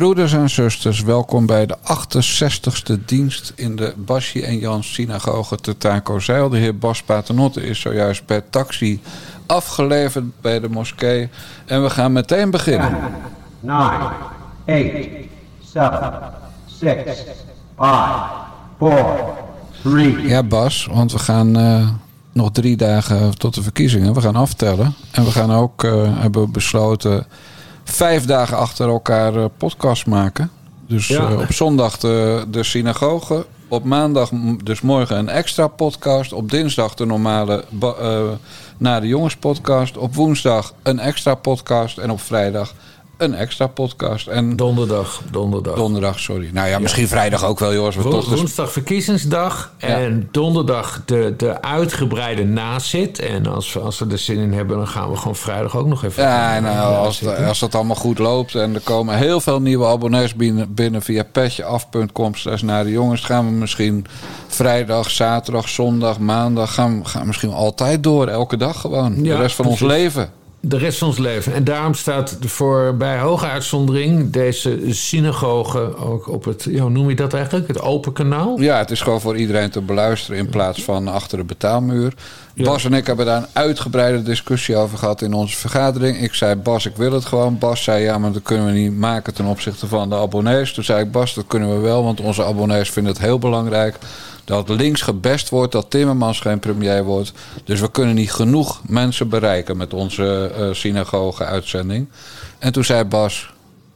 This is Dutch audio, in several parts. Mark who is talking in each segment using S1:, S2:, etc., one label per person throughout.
S1: Broeders en zusters, welkom bij de 68ste dienst in de Basje en Jans synagoge te Taco-Zeil. De heer Bas Paternotte is zojuist per taxi afgeleverd bij de moskee. En we gaan meteen beginnen.
S2: 9, 8, 7, 6, 5, 4, 3.
S1: Ja, Bas, want we gaan nog 3 dagen tot de verkiezingen. We gaan aftellen. En we gaan ook, hebben besloten, 5 dagen achter elkaar podcast maken. Dus op zondag de synagoge. Op maandag dus morgen een extra podcast. Op dinsdag de normale Na de Jongens podcast. Op woensdag een extra podcast. En op vrijdag een extra podcast. En Donderdag, sorry. Nou ja, misschien vrijdag ook wel, jongens.
S3: Woensdag verkiezingsdag. En donderdag de uitgebreide nazit. En als we er zin in hebben, dan gaan we gewoon vrijdag ook nog even...
S1: Ja, nou, als dat allemaal goed loopt en er komen heel veel nieuwe abonnees binnen via petjeaf.com/nadejongens, gaan we misschien vrijdag, zaterdag, zondag, maandag, gaan we misschien altijd door. Elke dag gewoon. De rest van ons leven.
S3: De rest van ons leven. En daarom staat voor bij hoge uitzondering deze synagoge ook op het, hoe noem je dat eigenlijk? Het open kanaal?
S1: Ja, het is gewoon voor iedereen te beluisteren in plaats van achter de betaalmuur. Ja. Bas en ik hebben daar een uitgebreide discussie over gehad in onze vergadering. Ik zei, Bas, ik wil het gewoon. Bas zei, ja, maar dat kunnen we niet maken ten opzichte van de abonnees. Toen zei ik, Bas, dat kunnen we wel, want onze abonnees vinden het heel belangrijk dat links gebest wordt, dat Timmermans geen premier wordt. Dus we kunnen niet genoeg mensen bereiken met onze synagoge-uitzending. En toen zei Bas...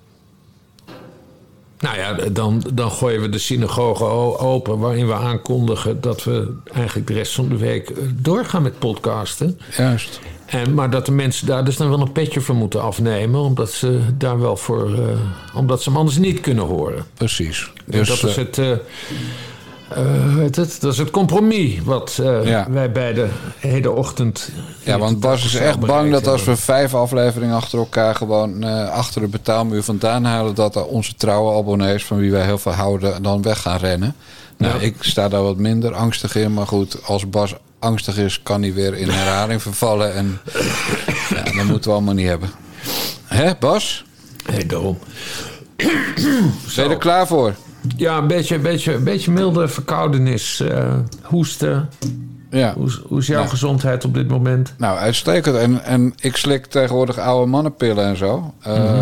S3: Nou ja, dan gooien we de synagoge open, waarin we aankondigen dat we eigenlijk de rest van de week doorgaan met podcasten.
S1: Juist.
S3: Maar dat de mensen daar dus dan wel een petje voor moeten afnemen, omdat ze daar wel voor, omdat ze hem anders niet kunnen horen.
S1: Precies.
S3: Dus dat is dat is het compromis wat wij bij de hele ochtend...
S1: Ja, want Bas is echt bang dat als we 5 afleveringen achter elkaar gewoon achter de betaalmuur vandaan halen, dat onze trouwe abonnees, van wie wij heel veel houden, dan weg gaan rennen. Nou, ik sta daar wat minder angstig in. Maar goed, als Bas angstig is, kan hij weer in herhaling vervallen. En dat moeten we allemaal niet hebben. Hè, Bas?
S3: Nee, daarom.
S1: Ben je er klaar voor?
S3: Ja, een beetje milde verkoudenis, hoesten.
S1: Ja.
S3: Hoe is jouw gezondheid op dit moment?
S1: Nou, uitstekend. En ik slik tegenwoordig oude mannenpillen en zo.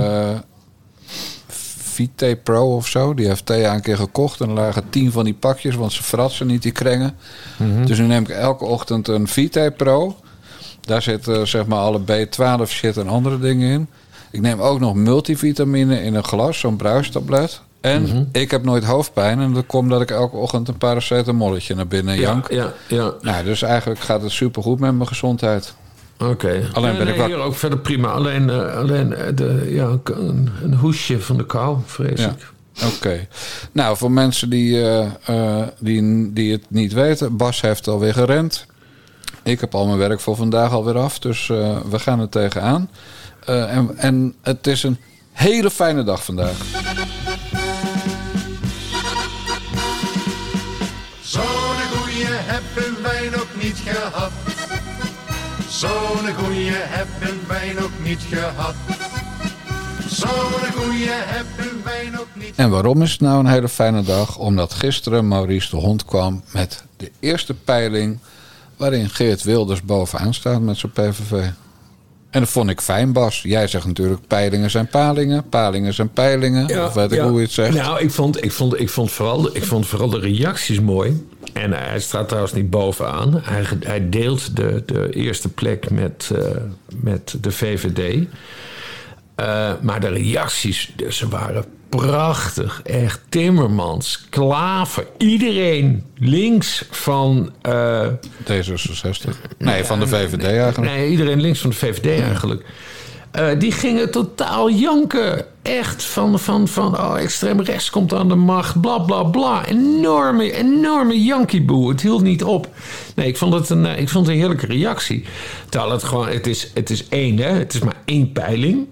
S1: Vitae Pro of zo. Die heeft Thea een keer gekocht. En er lagen 10 van die pakjes, want ze fratsen niet, die krengen. Dus nu neem ik elke ochtend een Vitae Pro. Daar zitten zeg maar alle B12 shit en andere dingen in. Ik neem ook nog multivitamine in een glas, zo'n bruistablet. En ik heb nooit hoofdpijn. En dat komt dat ik elke ochtend een paracetamolletje naar binnen jank. Ja. Nou, dus eigenlijk gaat het supergoed met mijn gezondheid.
S3: Oké. Alleen ben ik hier ook verder prima. Alleen een hoesje van de kou, vrees ik.
S1: Oké. Nou, voor mensen die het niet weten, Bas heeft alweer gerend. Ik heb al mijn werk voor vandaag alweer af. Dus we gaan er tegenaan. En het is een hele fijne dag vandaag.
S4: Zo'n goeie hebben wij nog niet gehad. Zo'n goeie hebben wij nog niet gehad. Zo'n goeie hebben wij nog niet.
S1: En waarom is het nou een hele fijne dag? Omdat gisteren Maurice de Hond kwam met de eerste peiling waarin Geert Wilders bovenaan staat met zijn PVV. En dat vond ik fijn, Bas. Jij zegt natuurlijk peilingen zijn palingen. Palingen zijn peilingen. Ja, of weet ik hoe je het zegt.
S3: Nou, ik vond vooral de reacties mooi. En hij staat trouwens niet bovenaan. Hij deelt de eerste plek met de VVD. Maar de reacties, ze waren prachtig. Echt Timmermans, Klaver, iedereen links van...
S1: D66. Nee, van de VVD eigenlijk.
S3: Nee, iedereen links van de VVD eigenlijk. Die gingen totaal janken. Echt van extreem rechts komt aan de macht, bla bla bla. Enorme jankieboe. Het hield niet op. Nee, ik vond het een heerlijke reactie. Terwijl het is één, hè. Het is maar 1 peiling.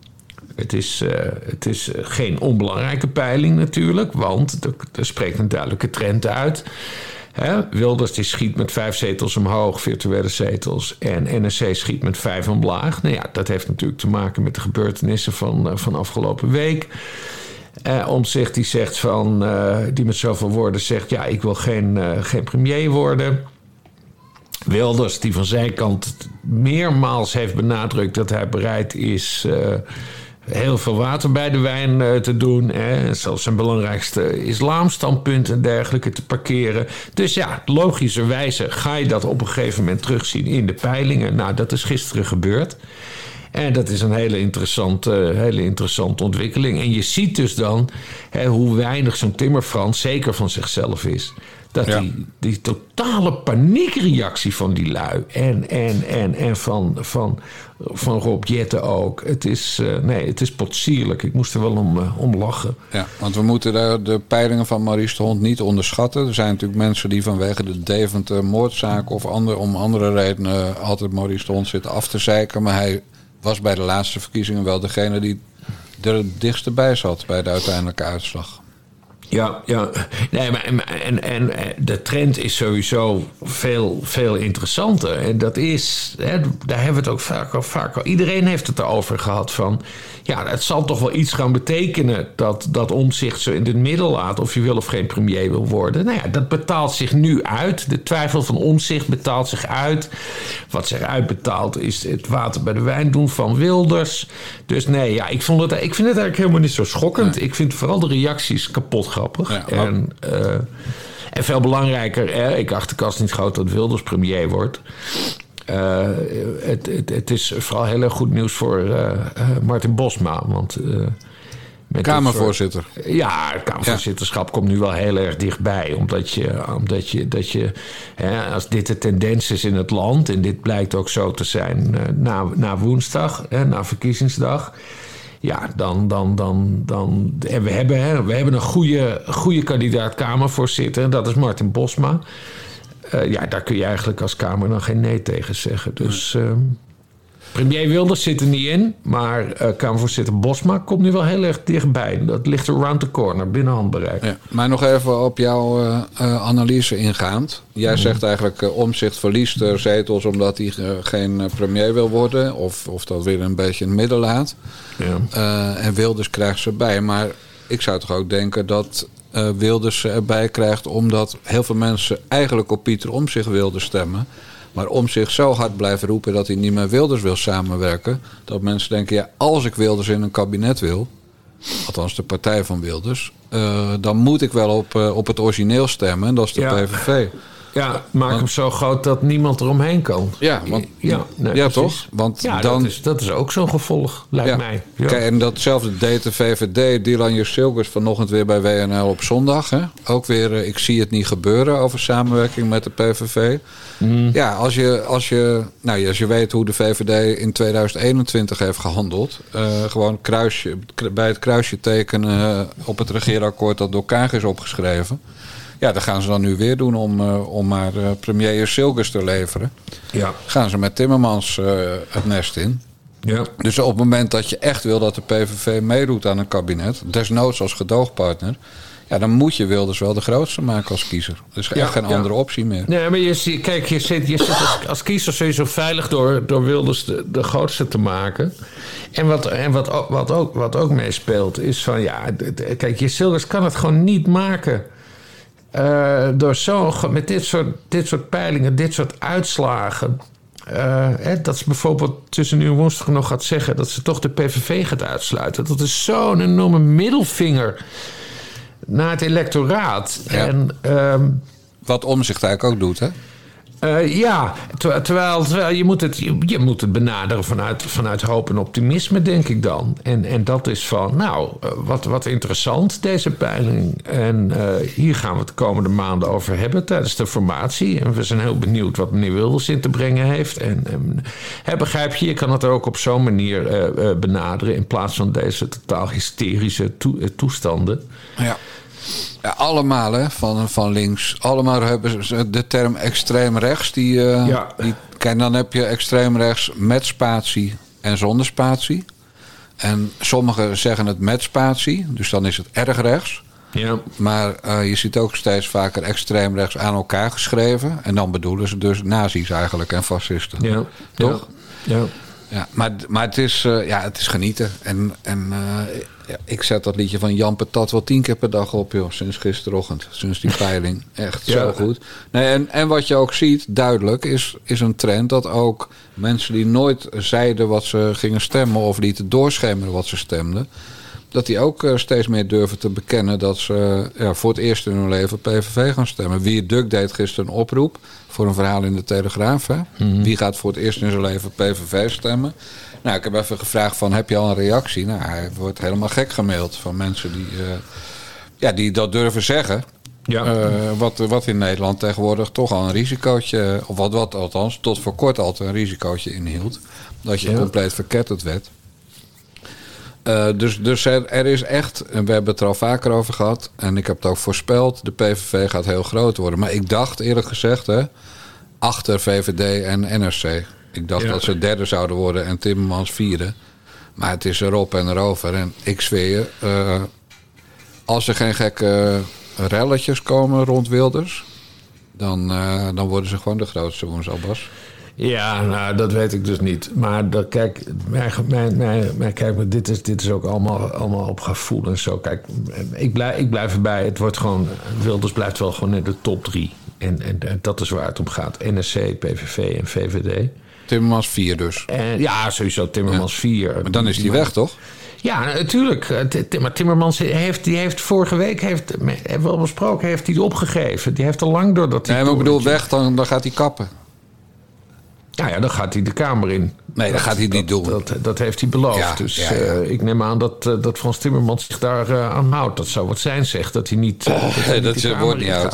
S3: Het is geen onbelangrijke peiling natuurlijk, want er spreekt een duidelijke trend uit. Wilders die schiet met 5 zetels omhoog, virtuele zetels. En NSC schiet met 5 omlaag. Nou ja, dat heeft natuurlijk te maken met de gebeurtenissen van afgelopen week. Omtzigt die zegt van, die met zoveel woorden zegt, ja, ik wil geen premier worden. Wilders, die van zijn kant meermaals heeft benadrukt dat hij bereid is heel veel water bij de wijn te doen. Hè, zelfs zijn belangrijkste islamstandpunt en dergelijke te parkeren. Dus ja, logischerwijze ga je dat op een gegeven moment terugzien in de peilingen. Nou, dat is gisteren gebeurd. En dat is een hele interessante ontwikkeling. En je ziet dus dan hoe weinig zo'n Timmerfrans zeker van zichzelf is. Dat die totale paniekreactie van die lui. En van Rob Jetten ook. Het is potsierlijk. Ik moest er wel om lachen.
S1: Ja, want we moeten de peilingen van Maurice de Hond niet onderschatten. Er zijn natuurlijk mensen die vanwege de Deventer moordzaak of om andere redenen altijd Maurice de Hond zitten af te zeiken. Maar hij was bij de laatste verkiezingen wel degene die er het dichtst bij zat bij de uiteindelijke uitslag. Ja.
S3: Nee, maar en de trend is sowieso veel interessanter. En dat is, daar hebben we het ook vaak al. Iedereen heeft het erover gehad van, ja, het zal toch wel iets gaan betekenen dat Omtzigt zo in het midden laat of je wil of geen premier wil worden. Nou ja, dat betaalt zich nu uit. De twijfel van Omtzigt betaalt zich uit. Wat zich uitbetaalt is het water bij de wijn doen van Wilders. Dus nee, ja, ik vind het eigenlijk helemaal niet zo schokkend. Nee. Ik vind vooral de reacties kapot grappig. Ja, en veel belangrijker, ik acht de kans niet groot dat Wilders premier wordt. Het is vooral heel erg goed nieuws voor Martin Bosma. Want,
S1: Kamervoorzitter.
S3: Het Kamervoorzitterschap komt nu wel heel erg dichtbij. Omdat je als dit de tendens is in het land, en dit blijkt ook zo te zijn na woensdag, na verkiezingsdag. Ja, dan en we hebben een goede kandidaat Kamervoorzitter. Dat is Martin Bosma. Daar kun je eigenlijk als Kamer dan geen nee tegen zeggen. Dus premier Wilders zit er niet in. Maar Kamervoorzitter Bosma komt nu wel heel erg dichtbij. Dat ligt around the corner, binnen handbereik. Ja,
S1: maar nog even op jouw analyse ingaand. Jij zegt eigenlijk Omtzigt verliest zetels omdat hij geen premier wil worden. Of dat weer een beetje in het midden laat. Ja. En Wilders krijgt ze bij. Maar ik zou toch ook denken dat Wilders ze erbij krijgt omdat heel veel mensen eigenlijk op Pieter Omtzigt wilden stemmen. Maar Omtzigt zo hard blijven roepen dat hij niet met Wilders wil samenwerken. Dat mensen denken, ja, als ik Wilders in een kabinet wil, althans de partij van Wilders, dan moet ik wel op het origineel stemmen. En dat is de PVV.
S3: Ja, maak hem zo groot dat niemand eromheen kan.
S1: Ja, toch? Want
S3: dat is ook zo'n gevolg, lijkt mij. Ja.
S1: Kijk, en datzelfde deed de VVD. Dylan Jusilkes vanochtend weer bij WNL op zondag. Hè? Ook weer, ik zie het niet gebeuren over samenwerking met de PVV. Ja, als je weet hoe de VVD in 2021 heeft gehandeld. Gewoon bij het kruisje tekenen op het regeerakkoord dat door Kaag is opgeschreven. Ja, dat gaan ze dan nu weer doen om maar premier Jusilkes te leveren. Ja. Gaan ze met Timmermans het nest in. Ja. Dus op het moment dat je echt wil dat de PVV meedoet aan een kabinet, desnoods als gedoogpartner, ja, dan moet je Wilders wel de grootste maken als kiezer. Er is echt geen andere optie meer.
S3: Nee, maar je zit als kiezer sowieso veilig door Wilders de grootste te maken. En wat ook meespeelt is van, kijk, Jusilkes kan het gewoon niet maken. Met dit soort peilingen, dit soort uitslagen. Dat ze bijvoorbeeld tussen nu en woensdag nog gaat zeggen dat ze toch de PVV gaat uitsluiten. Dat is zo'n enorme middelvinger naar het electoraat.
S1: Ja. En, wat Omtzigt eigenlijk ook doet, hè?
S3: Terwijl je moet het benaderen vanuit hoop en optimisme, denk ik dan. En dat is van, wat interessant, deze peiling. En hier gaan we het de komende maanden over hebben tijdens de formatie. En we zijn heel benieuwd wat meneer Wilders in te brengen heeft. Begrijp je kan het ook op zo'n manier benaderen in plaats van deze totaal hysterische toestanden.
S1: Ja. Ja, allemaal hè, van links. Allemaal hebben ze de term extreem rechts. Kijk, dan heb je extreem rechts met spatie en zonder spatie. En sommigen zeggen het met spatie, dus dan is het erg rechts. Ja. Maar je ziet ook steeds vaker extreem rechts aan elkaar geschreven. En dan bedoelen ze dus nazi's eigenlijk en fascisten. Ja. Toch?
S3: Ja.
S1: Ja, maar het is genieten. En ik zet dat liedje van Jan Patat wel 10 keer per dag op, joh. Sinds gisterochtend. Sinds die peiling. Echt zo goed. Nee, en wat je ook ziet, duidelijk, is een trend dat ook mensen die nooit zeiden wat ze gingen stemmen of lieten doorschemeren wat ze stemden, dat die ook steeds meer durven te bekennen dat ze voor het eerst in hun leven PVV gaan stemmen. Wie Duk deed gisteren een oproep voor een verhaal in de Telegraaf. Hè? Mm-hmm. Wie gaat voor het eerst in zijn leven PVV stemmen? Nou, ik heb even gevraagd van, heb je al een reactie? Nou, hij wordt helemaal gek gemaild van mensen die dat durven zeggen. Ja. Wat in Nederland tegenwoordig toch al een risicootje, of wat althans tot voor kort altijd een risicootje inhield. Dat je compleet verketterd werd. Dus er is echt, en we hebben het er al vaker over gehad, en ik heb het ook voorspeld, de PVV gaat heel groot worden. Maar ik dacht eerlijk gezegd, achter VVD en NSC. Ik dacht dat ze derde zouden worden en Timmermans vierde. Maar het is erop en erover. En ik zweer je, als er geen gekke relletjes komen rond Wilders, dan worden ze gewoon de grootste, woensdag, Bas.
S3: Ja, nou, dat weet ik dus niet. Maar kijk, dit is ook allemaal op gevoel en zo. Kijk, ik blijf erbij. Het wordt gewoon, Wilders blijft wel gewoon in de top 3. En dat is waar het om gaat. NSC, PVV en VVD.
S1: Timmermans 4 dus.
S3: Ja, sowieso Timmermans 4.
S1: Maar dan is die weg, toch?
S3: Ja, natuurlijk. Maar Timmermans heeft vorige week, hebben we al besproken, heeft hij opgegeven. Die heeft al lang doordat hij...
S1: Nee, maar ik bedoel, weg, dan gaat hij kappen.
S3: Ja, dan gaat hij de Kamer in.
S1: Nee, dat gaat hij niet doen.
S3: Dat heeft hij beloofd.
S1: Ja,
S3: dus ik neem aan dat Frans Timmermans zich daar aan houdt. Dat zou wat zijn, zegt. Dat hij niet...
S1: dat wordt niet uit.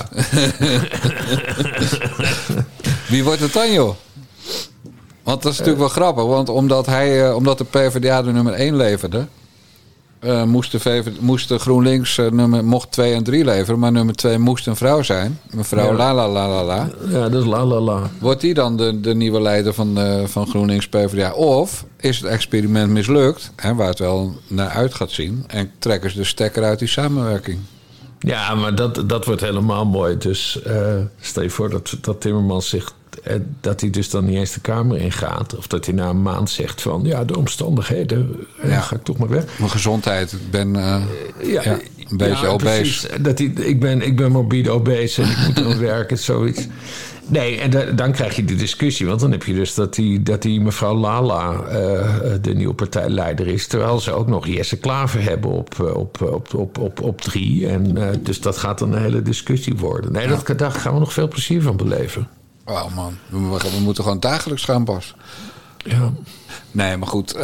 S1: Wie wordt het dan, joh? Want dat is natuurlijk wel grappig. Want omdat de PvdA de nummer 1 leverde, moest de GroenLinks mocht 2 en 3 leveren. Maar nummer 2 moest een vrouw zijn. Mevrouw la.
S3: Ja, dat is la.
S1: Wordt die dan de nieuwe leider van GroenLinks PvdA? Of is het experiment mislukt, waar het wel naar uit gaat zien, en trekken ze de stekker uit die samenwerking?
S3: Ja, maar dat wordt helemaal mooi. Dus stel je voor dat Timmermans zich... dat hij dus dan niet eens de Kamer ingaat. Of dat hij na een maand zegt van... ja, de omstandigheden, ga ik toch maar weg.
S1: Mijn gezondheid, ik ben een beetje obese.
S3: Ik ben morbide obese en ik moet er werken, zoiets. Nee, en dan krijg je de discussie. Want dan heb je dus dat die mevrouw Lala de nieuwe partijleider is. Terwijl ze ook nog Jesse Klaver hebben op 3. En dus dat gaat dan een hele discussie worden. Nee, daar gaan we nog veel plezier van beleven.
S1: Wauw, man. We moeten gewoon dagelijks gaan, Bas.
S3: Ja.
S1: Nee, maar goed.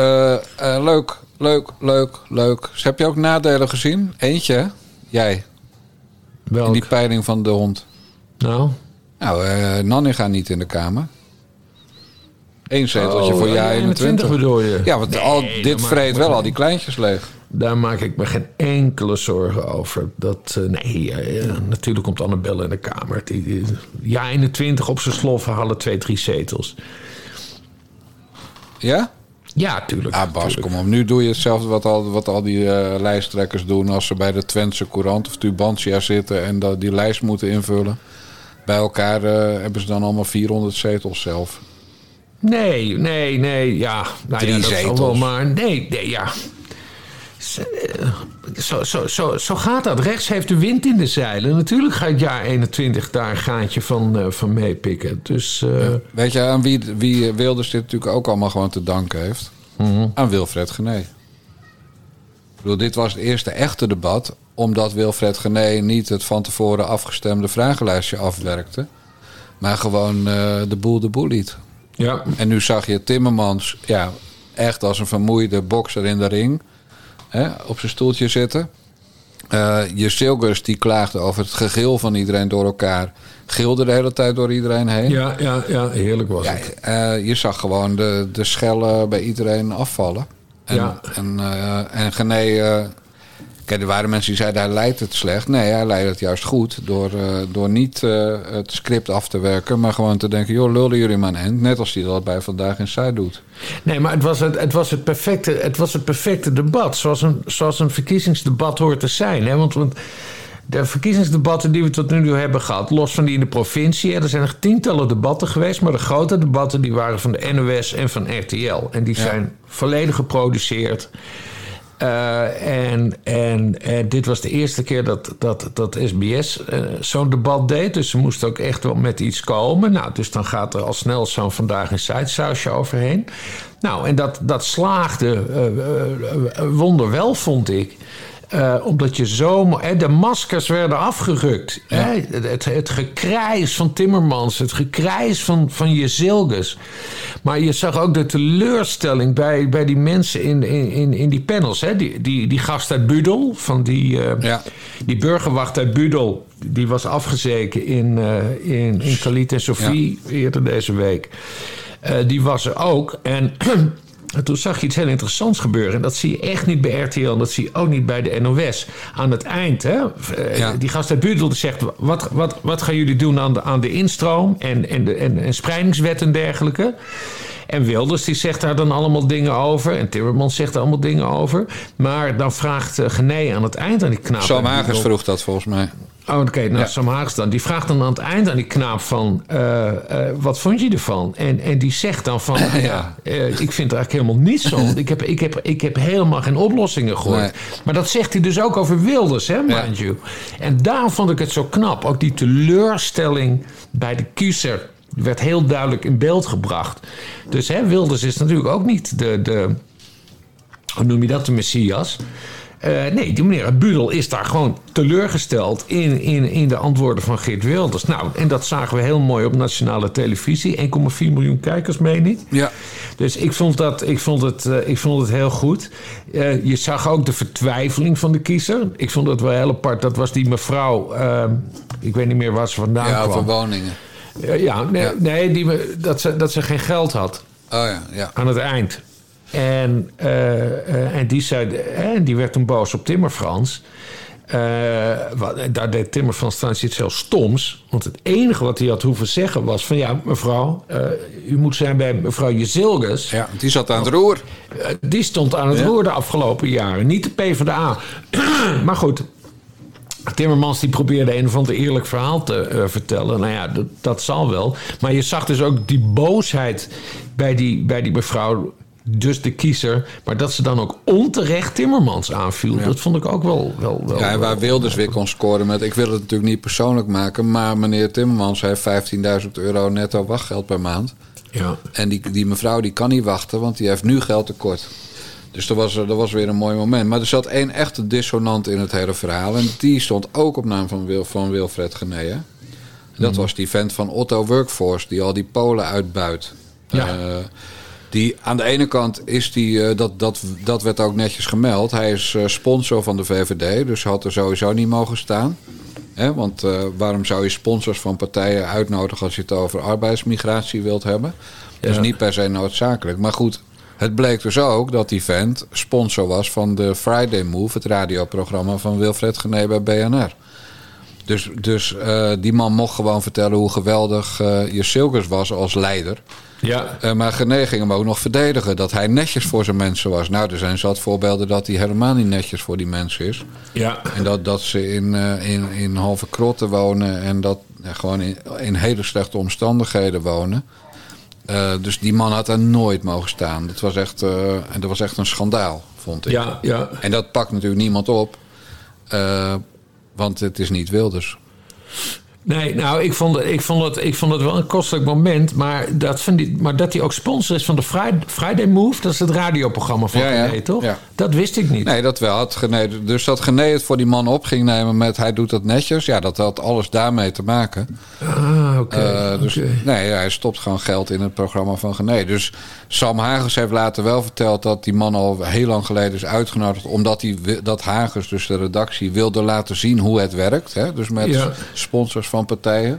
S1: Leuk. Dus heb je ook nadelen gezien? Eentje, hè? Jij.
S3: Welk?
S1: In die peiling van de hond.
S3: Nou,
S1: Nanny gaat niet in de Kamer. 1 zeteltje voor jij 21
S3: bedoel je?
S1: Ja, want dit vreet wel al die kleintjes leeg.
S3: Daar maak ik me geen enkele zorgen over. Natuurlijk komt Annabelle in de Kamer. Ja, 21 op zijn sloffen halen 2-3 zetels.
S1: Ja?
S3: Ja, tuurlijk.
S1: Ah, Bas, kom op. Nu doe je hetzelfde wat al die lijsttrekkers doen als ze bij de Twentse Courant of Tubantia zitten en die lijst moeten invullen. Bij elkaar hebben ze dan allemaal 400 zetels zelf.
S3: Nee. Ja,
S1: 3
S3: dat
S1: zetels.
S3: Wel, maar nee, ja. Zo gaat dat. Rechts heeft de wind in de zeilen. Natuurlijk gaat jaar 21 daar een gaatje van meepikken. Dus,
S1: Weet je aan wie Wilders dit natuurlijk ook allemaal gewoon te danken heeft? Mm-hmm. Aan Wilfred Genee. Ik bedoel, dit was het eerste echte debat, omdat Wilfred Genee niet het van tevoren afgestemde vragenlijstje afwerkte, maar gewoon de boel liet. Ja. En nu zag je Timmermans echt als een vermoeide bokser in de ring op zijn stoeltje zitten. Je Silgers die klaagde over het gegil van iedereen door elkaar, gilde de hele tijd door iedereen heen.
S3: Ja, heerlijk was het.
S1: Je zag gewoon de schellen bij iedereen afvallen. En Genee... Kijk, er waren mensen die zeiden hij leidt het slecht. Nee, hij leidt het juist goed door niet het script af te werken, maar gewoon te denken, joh, lullen jullie maar een eind. Net als hij dat bij Vandaag in Zuid doet.
S3: Nee, maar het was het perfecte debat. Zoals een verkiezingsdebat hoort te zijn. Hè? Want de verkiezingsdebatten die we tot nu toe hebben gehad, los van die in de provincie, er zijn nog tientallen debatten geweest, maar de grote debatten die waren van de NOS en van RTL. En die zijn volledig geproduceerd. En dit was de eerste keer dat SBS zo'n debat deed. Dus ze moesten ook echt wel met iets komen. Nou, dus dan gaat er al snel zo'n Vandaag in Zuid-sausje overheen. Nou, en dat slaagde wonderwel, vond ik. Omdat je zo... de maskers werden afgerukt. Ja. Het gekrijs van Timmermans. Het gekrijs van Jezilgus. Maar je zag ook de teleurstelling bij die mensen in die panels. Hè? Die gast uit Budel. Van die burgerwacht uit Budel. Die was afgezeken in Khalid en Sofie eerder deze week. Die was er ook. En... En toen zag je iets heel interessants gebeuren. En dat zie je echt niet bij RTL. En dat zie je ook niet bij de NOS. Aan het eind, hè, die gast uit Budel die zegt... Wat gaan jullie doen aan de instroom... en spreidingswet en dergelijke... En Wilders die zegt daar dan allemaal dingen over. En Timmermans zegt er allemaal dingen over. Maar dan vraagt Genee aan het eind aan die knaap...
S1: Sam Hagers vroeg dat volgens mij.
S3: Oh, oké, Sam Hagers dan. Die vraagt dan aan het eind aan die knaap van... wat vond je ervan? En die zegt dan van... ik vind er eigenlijk helemaal niets van. Ik heb helemaal geen oplossingen gehoord. Nee. Maar dat zegt hij dus ook over Wilders, hè, mind you. En daarom vond ik het zo knap. Ook die teleurstelling bij de kiezer... werd heel duidelijk in beeld gebracht. Dus Wilders is natuurlijk ook niet de hoe noem je dat, de Messias... nee, die meneer Budel is daar gewoon teleurgesteld in de antwoorden van Geert Wilders. Nou, en dat zagen we heel mooi op nationale televisie. 1,4 miljoen kijkers, meen ik. Ja. Dus ik vond het heel goed. Je zag ook de vertwijfeling van de kiezer. Ik vond het wel heel apart. Dat was die mevrouw, ik weet niet meer waar ze vandaan kwam.
S1: Ja, van woningen.
S3: Dat ze geen geld had.
S1: Oh ja.
S3: Aan het eind. En die zei, die werd toen boos op Timmerfrans. Daar deed Timmerfrans trouwens iets heel stoms. Want het enige wat hij had hoeven zeggen was van... ja, mevrouw, u moet zijn bij mevrouw Jezilgus.
S1: Ja, die zat aan het roer.
S3: Die stond aan het roer de afgelopen jaren. Niet de PvdA. Maar goed... Timmermans die probeerde een of ander eerlijk verhaal te vertellen. Nou ja, dat zal wel. Maar je zag dus ook die boosheid bij die mevrouw... Dus de kiezer, maar dat ze dan ook onterecht Timmermans aanviel. Ja. Dat vond ik ook wel. Ja,
S1: en waar Wilders weer kon scoren met... ik wil het natuurlijk niet persoonlijk maken... maar meneer Timmermans heeft €15.000 netto wachtgeld per maand. Ja. En die mevrouw die kan niet wachten... want die heeft nu geld tekort. Dus dat was weer een mooi moment. Maar er zat één echte dissonant in het hele verhaal... en die stond ook op naam van Wilfred Genee. Dat was die vent van Otto Workforce... die al die Polen uitbuit. Ja. Die aan de ene kant is die, dat werd ook netjes gemeld. Hij is sponsor van de VVD, dus had er sowieso niet mogen staan. Want waarom zou je sponsors van partijen uitnodigen als je het over arbeidsmigratie wilt hebben? Dat is niet per se noodzakelijk. Maar goed, het bleek dus ook dat die vent sponsor was van de Friday Move, het radioprogramma van Wilfred Genee bij BNR. Dus die man mocht gewoon vertellen hoe geweldig Jezilgus was als leider. Ja. Maar Genee ging hem ook nog verdedigen. Dat hij netjes voor zijn mensen was. Nou, er zijn zat voorbeelden dat hij helemaal niet netjes voor die mensen is. Ja. En dat ze in halve krotten wonen. En dat gewoon in hele slechte omstandigheden wonen. Dus die man had er nooit mogen staan. Dat was echt een schandaal, vond ik. Ja, ja. En dat pakt natuurlijk niemand op. Want het is niet Wilders.
S3: Nee, nou, ik vond het wel een kostelijk moment. Maar dat hij ook sponsor is van de Friday Move... dat is het radioprogramma van Genee, toch? Ja. Dat wist ik niet.
S1: Nee, dat wel. Had Genee, dus dat Genee het voor die man op ging nemen met... hij doet dat netjes. Ja, dat had alles daarmee te maken.
S3: Ah, oké.
S1: Dus nee, hij stopt gewoon geld in het programma van Genee. Dus Sam Hagers heeft later wel verteld... dat die man al heel lang geleden is uitgenodigd... omdat dat Hagers, dus de redactie, wilde laten zien hoe het werkt. Hè? Dus met sponsors van partijen.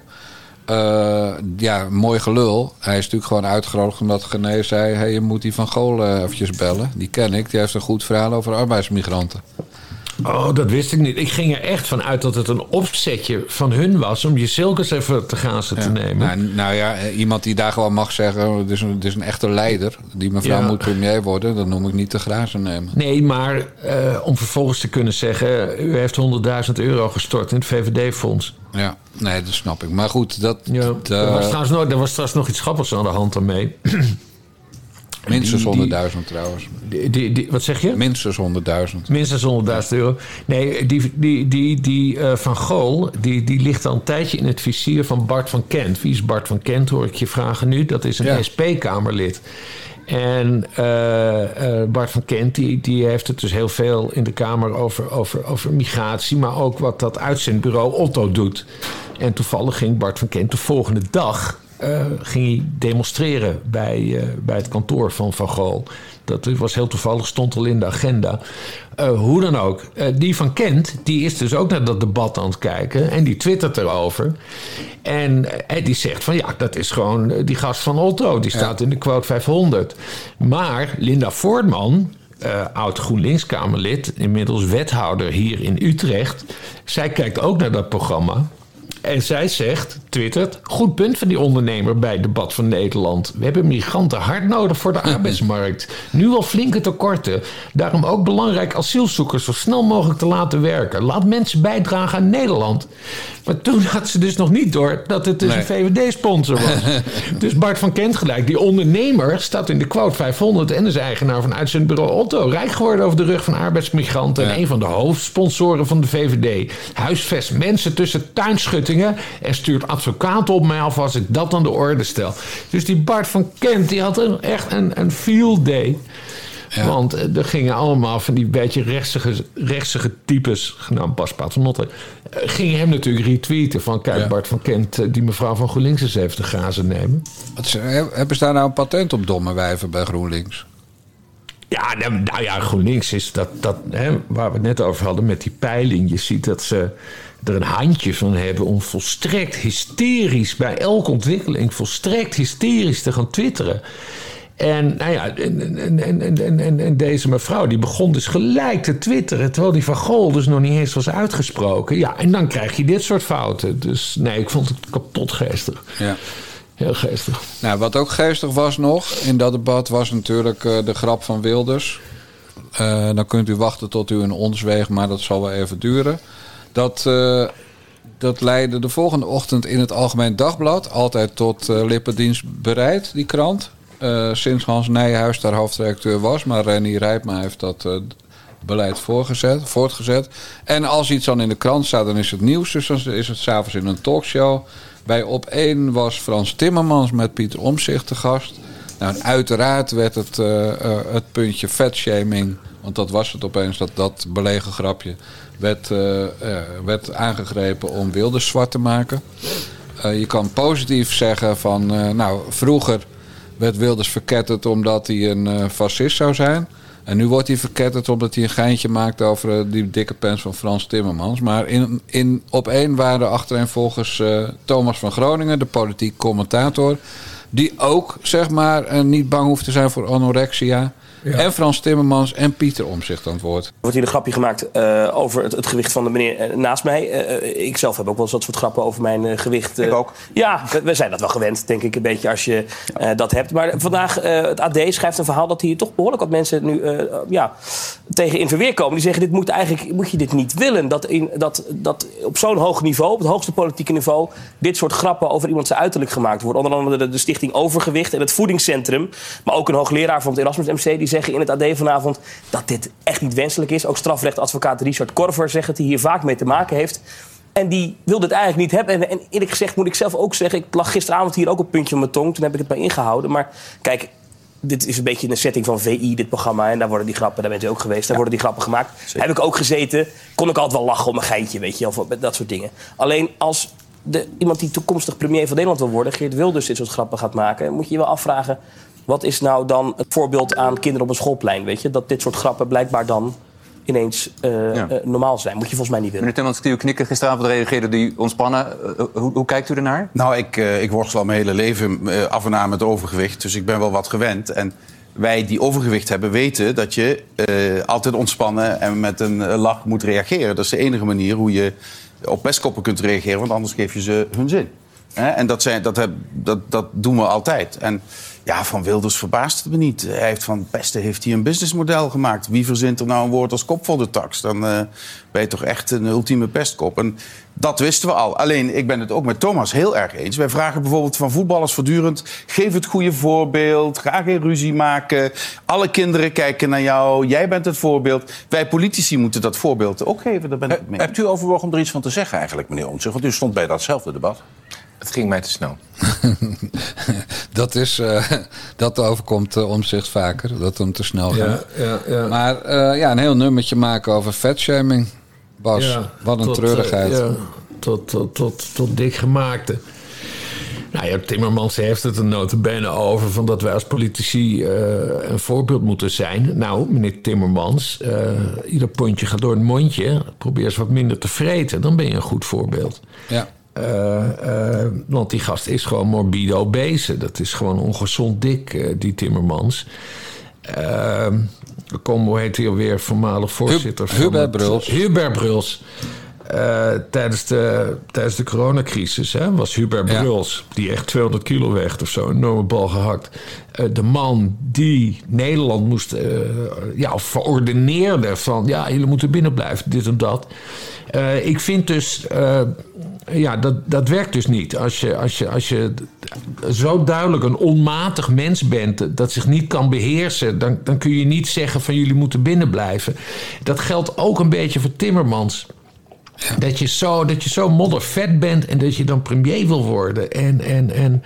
S1: Mooi gelul. Hij is natuurlijk gewoon uitgenodigd omdat Genee zei... hey, je moet die Van Gool eventjes bellen. Die ken ik. Die heeft een goed verhaal over arbeidsmigranten.
S3: Oh, dat wist ik niet. Ik ging er echt van uit dat het een opzetje van hun was om je Silkes even te grazen te nemen.
S1: Nou ja, iemand die daar gewoon mag zeggen, het is een echte leider. Die mevrouw moet premier worden, dat noem ik niet te grazen nemen.
S3: Nee, maar om vervolgens te kunnen zeggen, u heeft €100.000 gestort in het VVD-fonds.
S1: Ja, nee, dat snap ik. Maar goed, er
S3: was trouwens nog iets grappigs aan de hand daarmee.
S1: Minstens 100.000 trouwens.
S3: Wat zeg je?
S1: Minstens 100.000.
S3: Minstens €100.000. Nee, die Van Gool, die ligt al een tijdje in het vizier van Bart van Kent. Wie is Bart van Kent, hoor ik je vragen nu. Dat is een SP-Kamerlid. En Bart van Kent die heeft het dus heel veel in de Kamer over migratie, maar ook wat dat uitzendbureau Otto doet. En toevallig ging Bart van Kent de volgende dag ging hij demonstreren bij het kantoor van Van Gool. Dat was heel toevallig, stond al in de agenda. Hoe dan ook. Die Van Kent, die is dus ook naar dat debat aan het kijken. En die twittert erover. En die zegt van ja, dat is gewoon die gast van Otto. Die staat in de quote 500. Maar Linda Voortman, oud GroenLinks-Kamerlid, inmiddels wethouder hier in Utrecht. Zij kijkt ook naar dat programma. En zij zegt, twittert, goed punt van die ondernemer bij het Debat van Nederland. We hebben migranten hard nodig voor de arbeidsmarkt. Nu al flinke tekorten. Daarom ook belangrijk asielzoekers zo snel mogelijk te laten werken. Laat mensen bijdragen aan Nederland. Maar toen had ze dus nog niet door dat het dus een VVD-sponsor was. Dus Bart van Kent gelijk. Die ondernemer staat in de quote 500 en is eigenaar van uitzendbureau Otto. Rijk geworden over de rug van arbeidsmigranten. En een van de hoofdsponsoren van de VVD. Huisvest mensen tussen tuinschuttingen en stuurt advocaten op mij af als ik dat aan de orde stel. Dus die Bart van Kent, die had echt een field day. Ja. Want er gingen allemaal van die beetje rechtsige types, genaamd Bas Paternotte, gingen hem natuurlijk retweeten van kijk, Bart van Kent, die mevrouw van GroenLinks eens even te grazen nemen.
S1: Hebben ze daar nou een patent op, domme wijven bij GroenLinks?
S3: Ja, nou ja, GroenLinks is dat waar we het net over hadden met die peiling. Je ziet dat ze er een handje van hebben om volstrekt hysterisch bij elke ontwikkeling volstrekt hysterisch te gaan twitteren. En nou ja, en deze mevrouw die begon dus gelijk te twitteren, terwijl die Van Gool dus nog niet eens was uitgesproken. Ja, en dan krijg je dit soort fouten. Dus nee, ik vond het kapot geestig. Ja. Heel geestig.
S1: Nou, wat ook geestig was nog in dat debat was natuurlijk de grap van Wilders. Dan kunt u wachten tot u in ons weegt, maar dat zal wel even duren. Dat leidde de volgende ochtend in het Algemeen Dagblad altijd tot lippendienst bereid, die krant. Sinds Hans Nijhuis daar hoofdredacteur was. Maar Renier Rijpma heeft dat beleid voortgezet. En als iets dan in de krant staat, dan is het nieuws. Dus dan is het 's avonds in een talkshow. Bij Op1 was Frans Timmermans met Pieter Omtzigt te gast. Nou, en uiteraard werd het puntje vetshaming, want dat was het opeens, dat belegen grapje, werd aangegrepen om Wilders zwart te maken. Je kan positief zeggen van, vroeger werd Wilders verketterd omdat hij een fascist zou zijn. En nu wordt hij verketterd omdat hij een geintje maakt over die dikke pens van Frans Timmermans. Maar Op1 waren achtereenvolgens Thomas van Groningen, de politiek commentator, die ook, zeg maar, niet bang hoeft te zijn voor anorexia. Ja. En Frans Timmermans en Pieter Omtzigt aan het woord.
S5: Er wordt hier een grapje gemaakt over het gewicht van de meneer naast mij. Ik zelf heb ook wel eens dat soort grappen over mijn gewicht.
S6: Ik ook.
S5: Ja, we zijn dat wel gewend, denk ik, een beetje als je dat hebt. Maar vandaag, het AD schrijft een verhaal dat hier toch behoorlijk wat mensen nu tegen in verweer komen. Die zeggen, moet je dit niet willen. Dat op zo'n hoog niveau, op het hoogste politieke niveau, dit soort grappen over iemand zijn uiterlijk gemaakt wordt. Onder andere de Stichting Overgewicht en het Voedingscentrum. Maar ook een hoogleraar van het Erasmus MC, die zeggen in het AD vanavond dat dit echt niet wenselijk is. Ook strafrechtadvocaat Richard Korver zegt dat hij hier vaak mee te maken heeft. En die wil dit eigenlijk niet hebben. En eerlijk gezegd moet ik zelf ook zeggen, ik lag gisteravond hier ook een puntje op mijn tong. Toen heb ik het bij ingehouden. Maar kijk, dit is een beetje een setting van VI, dit programma. En daar worden die grappen, daar bent u ook geweest. Daar worden die grappen gemaakt. Zeker. Heb ik ook gezeten. Kon ik altijd wel lachen om een geintje, weet je. Of dat soort dingen. Alleen als iemand die toekomstig premier van Nederland wil worden, Geert Wilders, dit soort grappen gaat maken, moet je je wel afvragen, wat is nou dan het voorbeeld aan kinderen op een schoolplein? Weet je? Dat dit soort grappen blijkbaar dan ineens normaal zijn. Moet je volgens mij niet willen.
S6: Meneer Timmermans, die u knikken gisteravond reageerde die ontspannen. Hoe kijkt u ernaar?
S7: Nou, ik worstel al mijn hele leven af en aan met overgewicht. Dus ik ben wel wat gewend. En wij die overgewicht hebben weten dat je altijd ontspannen en met een lach moet reageren. Dat is de enige manier hoe je op pestkoppen kunt reageren, want anders geef je ze hun zin. En dat doen we altijd. En ja, Van Wilders verbaast het me niet. Hij heeft van pesten heeft hij een businessmodel gemaakt. Wie verzint er nou een woord als kop voor de tax? Dan ben je toch echt een ultieme pestkop. En dat wisten we al. Alleen, ik ben het ook met Thomas heel erg eens. Wij vragen bijvoorbeeld van voetballers voortdurend: geef het goede voorbeeld, ga geen ruzie maken. Alle kinderen kijken naar jou, jij bent het voorbeeld. Wij politici moeten dat voorbeeld ook geven, daar ben ik het mee.
S8: Hebt u overwogen om er iets van te zeggen eigenlijk, meneer Omtzigt? Want u stond bij datzelfde debat.
S3: Het ging mij te snel.
S1: Dat overkomt Omtzigt vaker, dat het hem te snel gaat.
S3: Ja.
S1: Maar een heel nummertje maken over fatshaming. Bas, wat een treurigheid.
S3: Tot dik gemaakte. Nou ja, Timmermans heeft het er nota bene over van dat wij als politici een voorbeeld moeten zijn. Nou, meneer Timmermans, ieder pondje gaat door het mondje. Probeer eens wat minder te vreten, dan ben je een goed voorbeeld. Ja. Want die gast is gewoon morbide obese. Dat is gewoon ongezond dik, die Timmermans. Hoe heet hij alweer? Voormalig voorzitter van
S1: Hubert Bruls.
S3: Hubert Bruls. Tijdens de coronacrisis was Hubert Bruls, die echt 200 kilo weegt of zo, een enorme bal gehakt. De man die Nederland moest verordeneerde van jullie moeten binnen blijven, dit en dat. Ik vind dus, dat werkt dus niet. Als je zo duidelijk een onmatig mens bent dat zich niet kan beheersen, dan kun je niet zeggen van jullie moeten binnen blijven. Dat geldt ook een beetje voor Timmermans. Ja. Dat je zo moddervet bent en dat je dan premier wil worden. En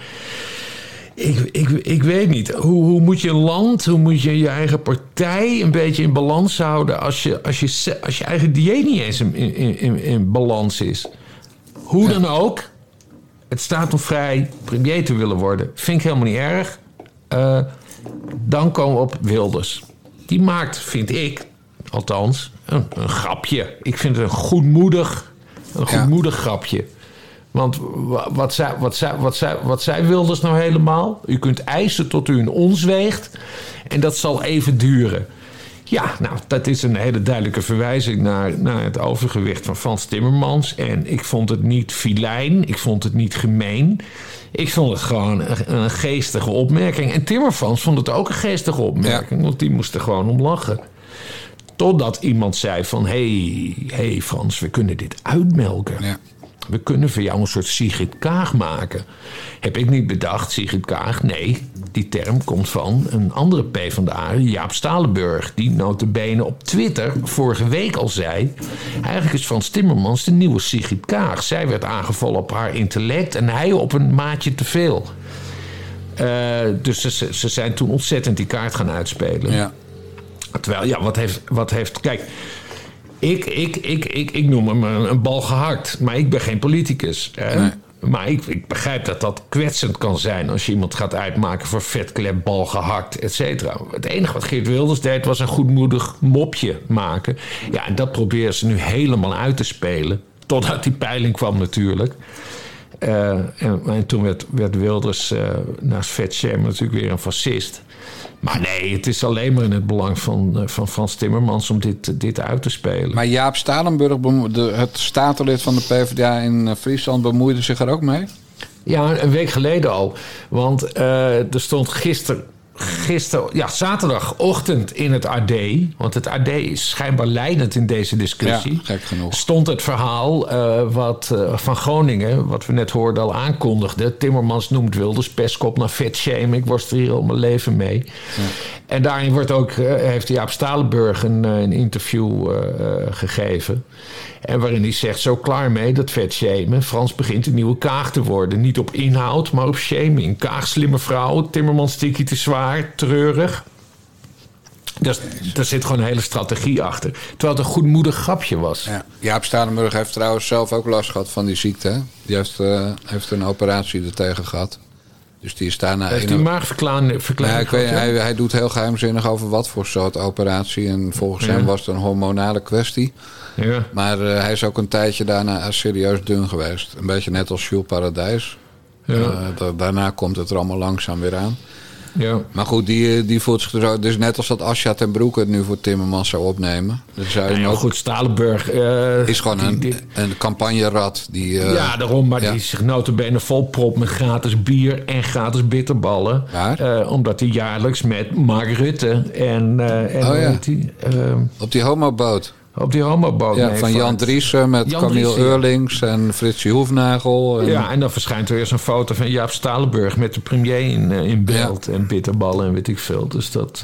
S3: ik weet niet. Hoe moet je een land, hoe moet je je eigen partij een beetje in balans houden als je eigen dieet niet eens in balans is? Hoe dan ook, het staat hem vrij premier te willen worden. Vind ik helemaal niet erg. Dan komen we op Wilders. Die maakt, vind ik, althans, een grapje. Ik vind het een goedmoedig grapje. Want wat zei Wilders nou helemaal? U kunt eisen tot u een ons weegt. En dat zal even duren. Ja, nou, dat is een hele duidelijke verwijzing naar het overgewicht van Frans Timmermans. En ik vond het niet filijn. Ik vond het niet gemeen. Ik vond het gewoon een geestige opmerking. En Timmermans vond het ook een geestige opmerking. Ja. Want die moest er gewoon om lachen. Totdat iemand zei van, hey Frans, we kunnen dit uitmelken. Ja. We kunnen voor jou een soort Sigrid Kaag maken. Heb ik niet bedacht, Sigrid Kaag? Nee, die term komt van een andere PvdA, Jaap Stalenburg. Die nota bene op Twitter vorige week al zei, eigenlijk is Frans Timmermans de nieuwe Sigrid Kaag. Zij werd aangevallen op haar intellect en hij op een maatje te veel. Dus ze zijn toen ontzettend die kaart gaan uitspelen. Ja. Terwijl, wat heeft... Kijk, ik noem hem een bal gehakt. Maar ik ben geen politicus. Nee. Maar ik begrijp dat kwetsend kan zijn als je iemand gaat uitmaken voor vetklep, bal gehakt, et cetera. Het enige wat Geert Wilders deed was een goedmoedig mopje maken. Ja, en dat proberen ze nu helemaal uit te spelen. Totdat die peiling kwam natuurlijk. En toen werd Wilders naast vetshamen natuurlijk weer een fascist. Maar nee, het is alleen maar in het belang van Frans Timmermans om dit uit te spelen.
S1: Maar Jaap Stalenburg, het statenlid van de PvdA in Friesland, bemoeide zich er ook mee?
S3: Ja, een week geleden al. Want er stond gisteren, zaterdagochtend in het AD... want het AD is schijnbaar leidend in deze discussie...
S1: Ja, gek genoeg.
S3: Stond het verhaal van Groningen... wat we net hoorden al aankondigde. Timmermans noemt Wilders pestkop naar vetshaming. Ik worstel hier al mijn leven mee. Ja. En daarin heeft Jaap Stalenburg een interview gegeven... En waarin hij zegt, zo klaar mee, dat vetshamen. Frans begint een nieuwe Kaag te worden. Niet op inhoud, maar op shaming. Kaag, slimme vrouw, Timmermans tikkie te zwaar, treurig. Daar zit gewoon een hele strategie achter. Terwijl het een goedmoedig grapje was. Ja.
S1: Jaap Stalenburg heeft trouwens zelf ook last gehad van die ziekte. Hè? Die heeft een operatie ertegen gehad. Dus die is daarna...
S3: Heeft hij maagverklaring gehad?
S1: Hij doet heel geheimzinnig over wat voor soort operatie. En volgens hem was het een hormonale kwestie. Ja. Maar hij is ook een tijdje daarna serieus dun geweest. Een beetje net als Jules Paradijs. Ja. Daarna komt het er allemaal langzaam weer aan.
S3: Ja.
S1: Maar goed, die voelt zich er zo... Dus net als dat Asja ten Broeke het nu voor Timmermans zou opnemen. Dus zou je hem ook...
S3: goed, Stalenburg...
S1: is gewoon een campagnerad.
S3: Ja, daarom. Maar die zich notabene volpropt met gratis bier en gratis bitterballen. Omdat hij jaarlijks met Mark Rutte en
S1: op die homoboot.
S3: Op die homoboot.
S1: Ja, van Jan Driessen met Camille Eurlings en Fritsie Hoefnagel.
S3: Ja, en dan verschijnt er weer zo'n foto van Jaap Stalenburg met de premier in beeld. En bitterballen en weet ik veel. Dus dat...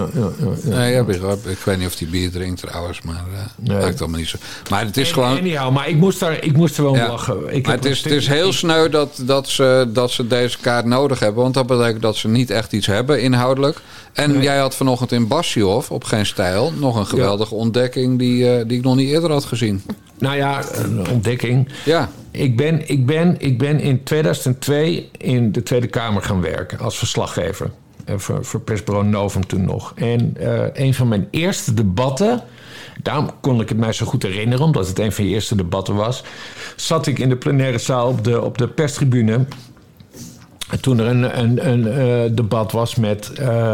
S1: ik weet niet of hij bier drinkt trouwens, maar lijkt allemaal niet zo. Maar het is gewoon...
S3: Anyhow, maar ik moest er wel om lachen.
S1: Maar het is heel sneu dat ze deze kaart nodig hebben. Want dat betekent dat ze niet echt iets hebben inhoudelijk. En jij had vanochtend in Bassioff op Geen Stijl nog een geweldige ontdekking die ik nog niet eerder had gezien.
S3: Nou ja, een ontdekking.
S1: Ja.
S3: Ik ben in 2002 in de Tweede Kamer gaan werken als verslaggever. Voor persbureau Novum toen nog. En een van mijn eerste debatten... Daarom kon ik het mij zo goed herinneren, omdat het een van je eerste debatten was. Zat ik in de plenaire zaal op de perstribune... Toen er een debat was met...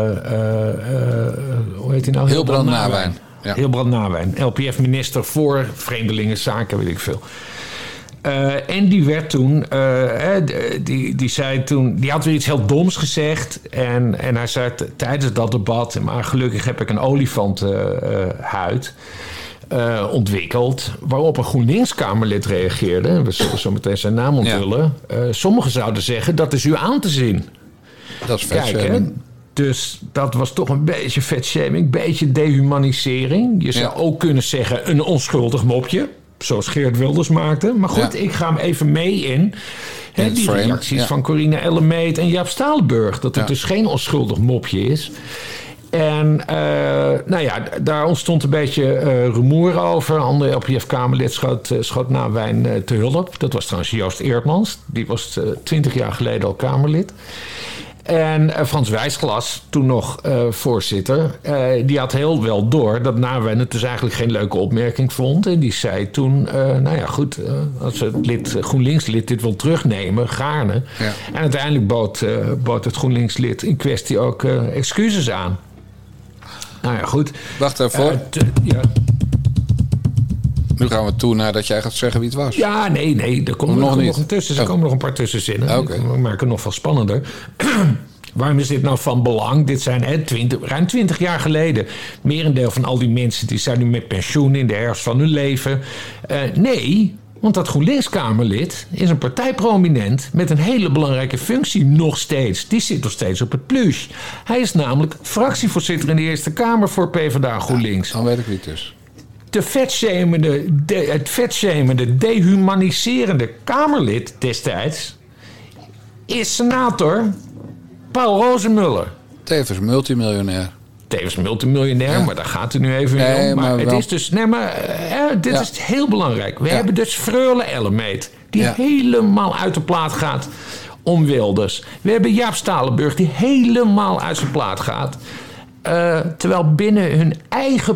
S3: hoe heet hij nou?
S1: Hilbrand Nawijn.
S3: Ja. Hilbrand Nawijn. LPF-minister voor Vreemdelingenzaken, weet ik veel. En die werd toen... die zei toen... Die had weer iets heel doms gezegd. En hij zei tijdens dat debat... Maar gelukkig heb ik een olifantenhuid... ontwikkeld, waarop een GroenLinks-Kamerlid reageerde. We zullen zo meteen zijn naam onthullen. Sommigen zouden zeggen, dat is u aan te zien.
S1: Dat is vetshaming.
S3: Dus dat was toch een beetje vetshaming, een beetje dehumanisering. Je zou ook kunnen zeggen, een onschuldig mopje. Zoals Geert Wilders maakte. Maar goed, ik ga hem even mee in die reacties van Corine Ellemeet en Jaap Stalenburg. Dat het dus geen onschuldig mopje is. En daar ontstond een beetje rumoer over. Een ander LPF-Kamerlid schoot Nawijn te hulp. Dat was trouwens Joost Eertmans. Die was 20 jaar geleden al Kamerlid. En Frans Wijsglas, toen nog voorzitter... die had heel wel door dat Nawijn het dus eigenlijk geen leuke opmerking vond. En die zei toen... als het GroenLinks-lid dit wil terugnemen, gaarne. Ja. En uiteindelijk bood het GroenLinks-lid in kwestie ook excuses aan. Nou ja, goed.
S1: Wacht even. Nu gaan we toe naar dat jij gaat zeggen wie het was.
S3: Ja, nee. Er komt nog een tussen. Er komen nog een paar tussenzinnen. Okay. We maken het nog veel spannender. Waarom is dit nou van belang? Dit zijn ruim 20 jaar geleden. Merendeel van al die mensen die zijn nu met pensioen in de herfst van hun leven. Nee, want dat GroenLinks-Kamerlid is een partijprominent met een hele belangrijke functie nog steeds. Die zit nog steeds op het pluche. Hij is namelijk fractievoorzitter in de Eerste Kamer voor PvdA GroenLinks.
S1: Dan weet ik wie het is.
S3: Het vetshamende, dehumaniserende Kamerlid destijds is senator Paul Rozenmuller.
S1: Tevens multimiljonair.
S3: Maar daar gaat het nu even niet om. Maar het is dus... dit is heel belangrijk. We hebben dus Freule Ellemeet, die helemaal uit de plaat gaat om Wilders. We hebben Jaap Stalenburg, die helemaal uit zijn plaat gaat. Terwijl binnen hun eigen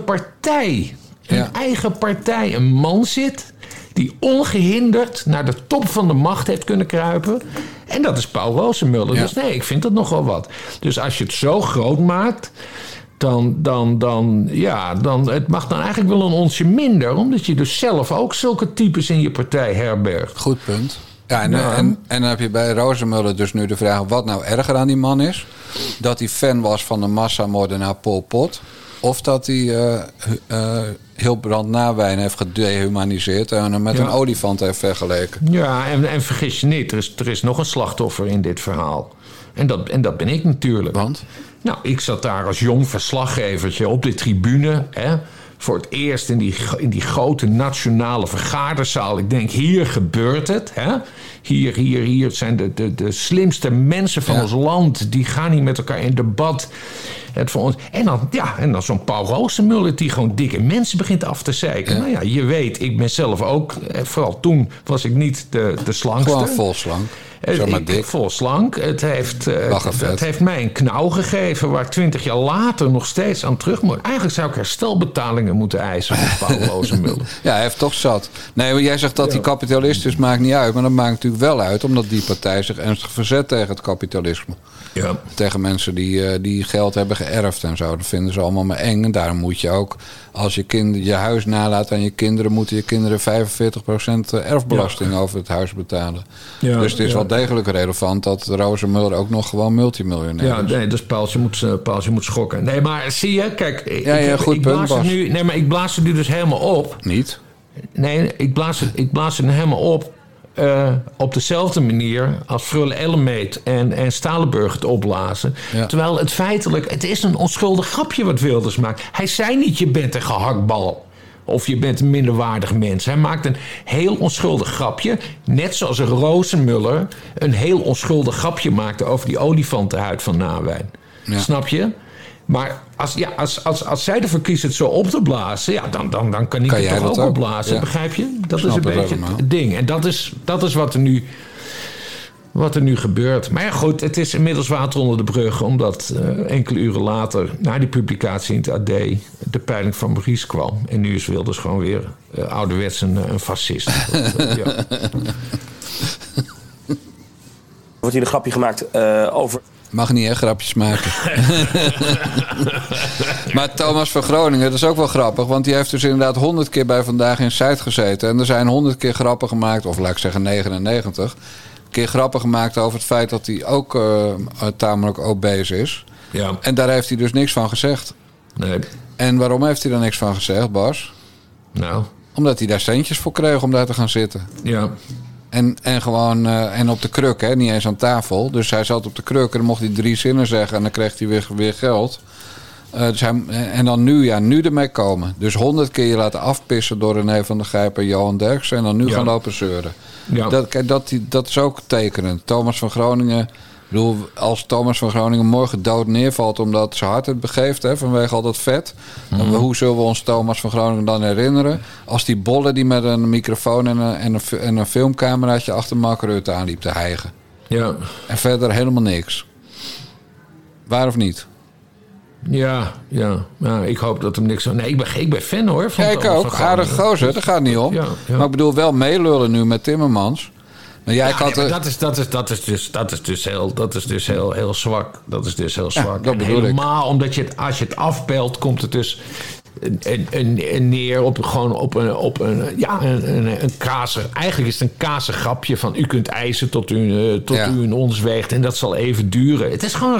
S3: partij een man zit die ongehinderd naar de top van de macht heeft kunnen kruipen. En dat is Paul Rozenmuller. Ja. Dus nee, ik vind dat nogal wat. Dus als je het zo groot maakt, dan het mag dan eigenlijk wel een onsje minder, omdat je dus zelf ook zulke types in je partij herbergt.
S1: Goed punt. Ja, en dan heb je bij Rozenmuller dus nu de vraag wat nou erger aan die man is. Dat hij fan was van de massamoordenaar Pol Pot. Of dat hij Hilbrand Nawijn heeft gedehumaniseerd en hem met een olifant heeft vergeleken.
S3: Ja, en vergis je niet, er is nog een slachtoffer in dit verhaal. En dat ben ik natuurlijk.
S1: Want?
S3: Nou, ik zat daar als jong verslaggevertje op de tribune. Voor het eerst in die grote nationale vergaderzaal. Ik denk, hier gebeurt het. Hier zijn de slimste mensen van ons land. Die gaan niet met elkaar in debat. Het voor ons. En dan zo'n Paul Rozenmuller die gewoon dikke mensen begint af te zeiken. Ja. Nou ja, je weet, ik ben zelf ook... Vooral toen was ik niet de slankste.
S1: Gewoon vol slank. Zomaar dik.
S3: Vol slank. Het heeft mij een knauw gegeven waar 20 jaar later nog steeds aan terug moet. Eigenlijk zou ik herstelbetalingen moeten eisen voor Paul Rozenmuller.
S1: Ja, hij heeft toch zat. Nee, maar jij zegt dat hij kapitalist is, maakt niet uit. Maar dat maakt natuurlijk wel uit, omdat die partij zich ernstig verzet tegen het kapitalisme.
S3: Ja.
S1: Tegen mensen die geld hebben geërfd en zo. Dat vinden ze allemaal maar eng. En daarom moet je ook, als je huis nalaat aan je kinderen, moeten je kinderen 45% erfbelasting over het huis betalen. Ja, dus het is wel degelijk relevant dat Rozenmuller ook nog gewoon multimiljonair is.
S3: Nee, dus Paaltje moet schokken. Nee, maar zie je, kijk, ik blaas het nu dus helemaal op.
S1: Niet?
S3: Nee, ik blaas het helemaal op dezelfde manier als Frulle Ellemeet en Stalenburg het opblazen. Ja. Terwijl het is een onschuldig grapje wat Wilders maakt. Hij zei niet, je bent een gehaktbal. Of je bent een minderwaardig mens. Hij maakt een heel onschuldig grapje. Net zoals Rozenmuller een heel onschuldig grapje maakte over die olifantenhuid van Nawijn. Ja. Snap je? Maar als zij ervoor kiest het zo op te blazen, ja, dan kan ik het toch ook opblazen. Ja. Begrijp je? Dat is een beetje het ding. En dat is wat er nu gebeurt. Maar ja, goed, het is inmiddels water onder de brug, omdat enkele uren later, na die publicatie in het AD, de peiling van Maurice kwam. En nu is Wilders gewoon weer ouderwets een fascist.
S5: Wordt hier een grapje gemaakt over...
S1: Mag niet, hè, grapjes maken. Maar Thomas van Groningen, dat is ook wel grappig. Want die heeft dus inderdaad 100 keer bij Vandaag in Site gezeten. En er zijn 100 keer grappen gemaakt, of laat ik zeggen 99... keer grappen gemaakt over het feit dat hij ook tamelijk obese is. Ja. En daar heeft hij dus niks van gezegd.
S3: Nee.
S1: En waarom heeft hij daar niks van gezegd, Bas?
S3: Nou?
S1: Omdat hij daar centjes voor kreeg om daar te gaan zitten. Ja. En gewoon en op de kruk, hè, niet eens aan tafel. Dus hij zat op de kruk en dan mocht hij 3 zinnen zeggen en dan kreeg hij weer geld. En dan nu ermee komen. Dus 100 keer je laten afpissen door René van der Gijp en Johan Derksen en dan nu gaan lopen zeuren. Ja. Dat is ook tekenend. Thomas van Groningen, ik bedoel, als Thomas van Groningen morgen dood neervalt omdat zijn hart het begeeft, hè, vanwege al dat vet. Dan hoe zullen we ons Thomas van Groningen dan herinneren? Als die bolle die met een microfoon en een filmcameraatje achter Mark Rutte aanliep te hijgen. Ja. En verder helemaal niks. Waar of niet?
S3: Ja. Ik hoop dat hem niks... Nee, ik ben fan hoor.
S1: Ja, ik ook. Aardig gozer, daar gaat het niet om. Ja. Maar ik bedoel wel meelullen nu met Timmermans. Maar
S3: dat is dus heel zwak. Dat is dus heel zwak.
S1: Dat bedoel
S3: helemaal ik. Omdat als je het afbelt, komt het dus neer op een kazer. Eigenlijk is het een kazergrapje van u kunt eisen tot u in ons weegt en dat zal even duren. Het is gewoon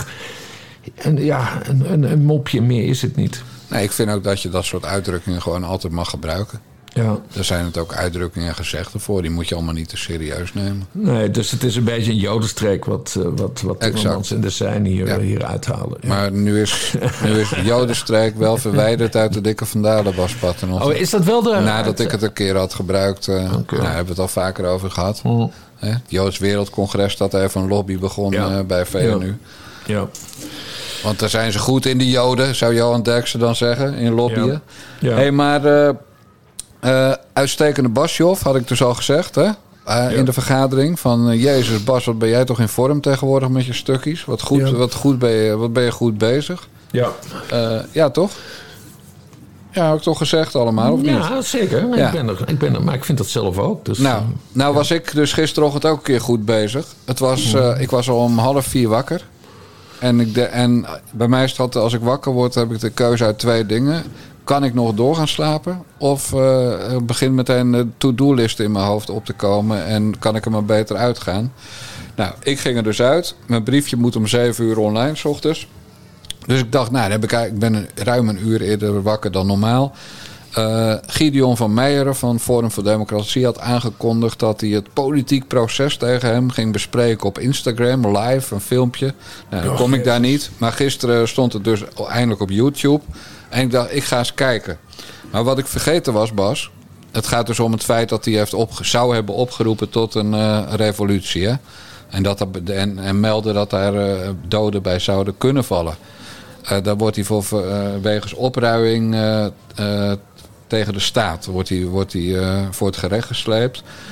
S3: een mopje, meer is het niet.
S1: Nee, ik vind ook dat je dat soort uitdrukkingen gewoon altijd mag gebruiken. Ja. Er zijn het ook uitdrukkingen en gezegden voor. Die moet je allemaal niet te serieus nemen.
S3: Nee, dus het is een beetje een jodenstreek wat Timmermans en de zijn hier uithalen. Ja.
S1: Maar nu is de jodenstreek wel verwijderd uit de dikke vandalen, Bas Paternotte.
S3: Oh, is dat wel de...
S1: Nadat ik het een keer had gebruikt. Hebben we het al vaker over gehad. Het Joods Wereldcongres dat even een lobby begon bij VNU. Ja. Want daar zijn ze goed in, die Joden, zou Johan Derksen dan zeggen, in lobbyen. Ja. Hey, maar uitstekende Basjoff, had ik dus al gezegd, hè? In de vergadering. Van, Jezus, Bas, wat ben jij toch in vorm tegenwoordig met je stukjes? Wat ben je goed bezig? Ja. Ja, toch? Ja, heb ik toch gezegd allemaal, of niet?
S3: Ja, zeker. Nee, ja. Ik ben er, maar ik vind dat zelf ook. Dus,
S1: nou was ik dus gisterochtend ook een keer goed bezig. Ik was al om 3:30 wakker. En bij mij is het, als ik wakker word, heb ik de keuze uit 2 dingen. Kan ik nog door gaan slapen? Of begint meteen de to-do-list in mijn hoofd op te komen en kan ik er maar beter uitgaan? Nou, ik ging er dus uit. Mijn briefje moet om 7 uur online 's ochtends. Dus ik dacht, ik ben ruim een uur eerder wakker dan normaal. Gideon van Meijeren van Forum voor Democratie had aangekondigd dat hij het politiek proces tegen hem ging bespreken op Instagram, live, een filmpje. Nou, dan kom ik daar niet. Maar gisteren stond het dus eindelijk op YouTube. En ik dacht, ik ga eens kijken. Maar wat ik vergeten was, Bas, het gaat dus om het feit dat hij zou hebben opgeroepen tot een revolutie. Hè? En melden dat daar doden bij zouden kunnen vallen. Daar wordt hij wegens opruiing tegen de staat wordt hij voor het gerecht gesleept.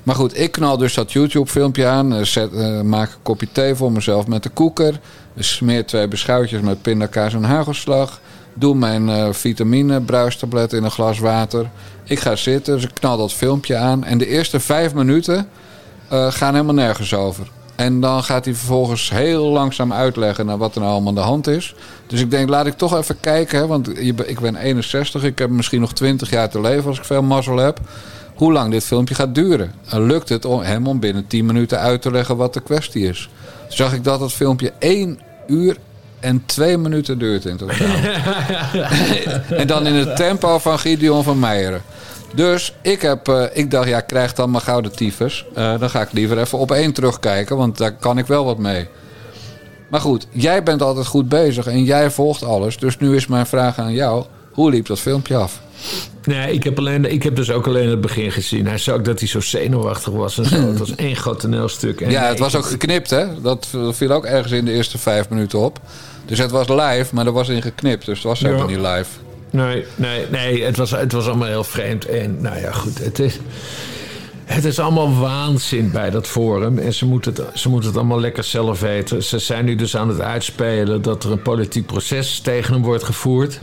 S1: Maar goed, ik knal dus dat YouTube-filmpje aan. Maak een kopje thee voor mezelf met de koeker. Smeer 2 beschuitjes met pindakaas en hagelslag. Doe mijn vitamine bruistablet in een glas water. Ik ga zitten, dus ik knal dat filmpje aan. En de eerste 5 minuten gaan helemaal nergens over. En dan gaat hij vervolgens heel langzaam uitleggen naar wat er nou allemaal aan de hand is. Dus ik denk, laat ik toch even kijken. Hè, want ik ben 61, ik heb misschien nog 20 jaar te leven als ik veel mazzel heb. Hoe lang dit filmpje gaat duren. En lukt het hem om binnen 10 minuten uit te leggen wat de kwestie is. Toen zag ik dat het filmpje 1 uur en 2 minuten duurt in totaal. En dan in het tempo van Gideon van Meijeren. Dus ik dacht, ja, krijg dan maar gauw de tyfus. Dan ga ik liever even op 1 terugkijken, want daar kan ik wel wat mee. Maar goed, jij bent altijd goed bezig en jij volgt alles. Dus nu is mijn vraag aan jou, hoe liep dat filmpje af?
S3: Nee, ik heb dus ook alleen het begin gezien. Hij zei ook dat hij zo zenuwachtig was en zo. Het was 1 groot toneelstuk. En
S1: het was ook geknipt, hè? Dat viel ook ergens in de eerste 5 minuten op. Dus het was live, maar er was in geknipt. Dus het was helemaal niet live.
S3: Nee, het was allemaal heel vreemd. En nou ja, goed, het is allemaal waanzin bij dat forum. En ze moeten het allemaal lekker zelf weten. Ze zijn nu dus aan het uitspelen dat er een politiek proces tegen hem wordt gevoerd.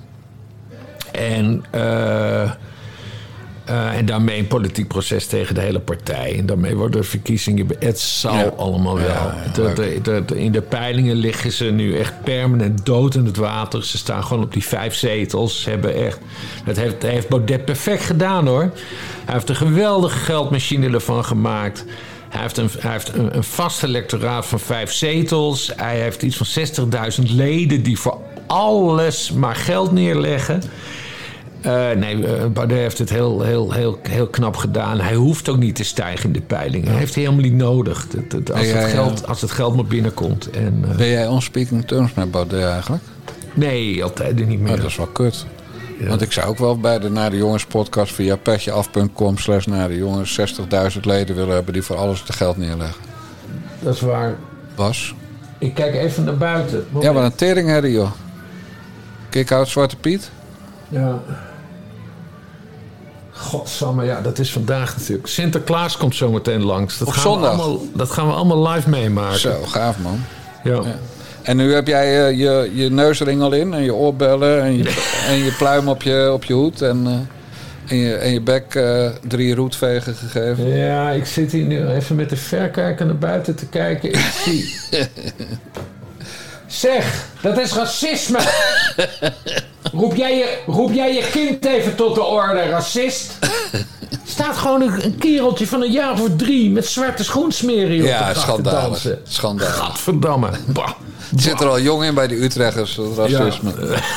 S3: En daarmee een politiek proces tegen de hele partij. En daarmee worden de verkiezingen... Het zal allemaal wel. In de peilingen liggen ze nu echt permanent dood in het water. Ze staan gewoon op die 5 zetels. Ze hebben echt... Dat heeft Baudet perfect gedaan, hoor. Hij heeft een geweldige geldmachine ervan gemaakt. Hij heeft een vast electoraat van 5 zetels. Hij heeft iets van 60.000 leden die voor alles maar geld neerleggen. Baudet heeft het heel knap gedaan. Hij hoeft ook niet te stijgen in de peilingen. Hij heeft het helemaal niet nodig. Als het geld maar binnenkomt.
S1: Ben jij on speaking terms met Baudet eigenlijk?
S3: Nee, altijd niet meer.
S1: Dat is wel kut. Ja. Want ik zou ook wel bij de Naar de Jongens podcast via petjeaf.com/Naar de Jongens 60.000 leden willen hebben die voor alles te geld neerleggen.
S3: Dat is waar.
S1: Bas?
S3: Ik kijk even naar buiten.
S1: Moment. Ja, wat een teringherrie, joh. Kijk uit Zwarte Piet.
S3: Ja. Godsamme, ja, dat is vandaag natuurlijk. Sinterklaas komt zo meteen langs.
S1: Op zondag.
S3: Dat gaan we allemaal live meemaken.
S1: Zo, gaaf, man.
S3: Ja.
S1: En nu heb jij je neusring al in en je oorbellen en je pluim op je hoed en je bek 3 roetvegen gegeven.
S3: Ja, ik zit hier nu even met de verrekijker naar buiten te kijken. Ik zie... Zeg, dat is racisme! Roep jij je kind even tot de orde, racist? Staat gewoon een kereltje van een jaar of 3 met zwarte schoensmeren op de
S1: schandalig.
S3: Gadverdamme.
S1: Het zit er al jong in bij die Utrechters, dat racisme.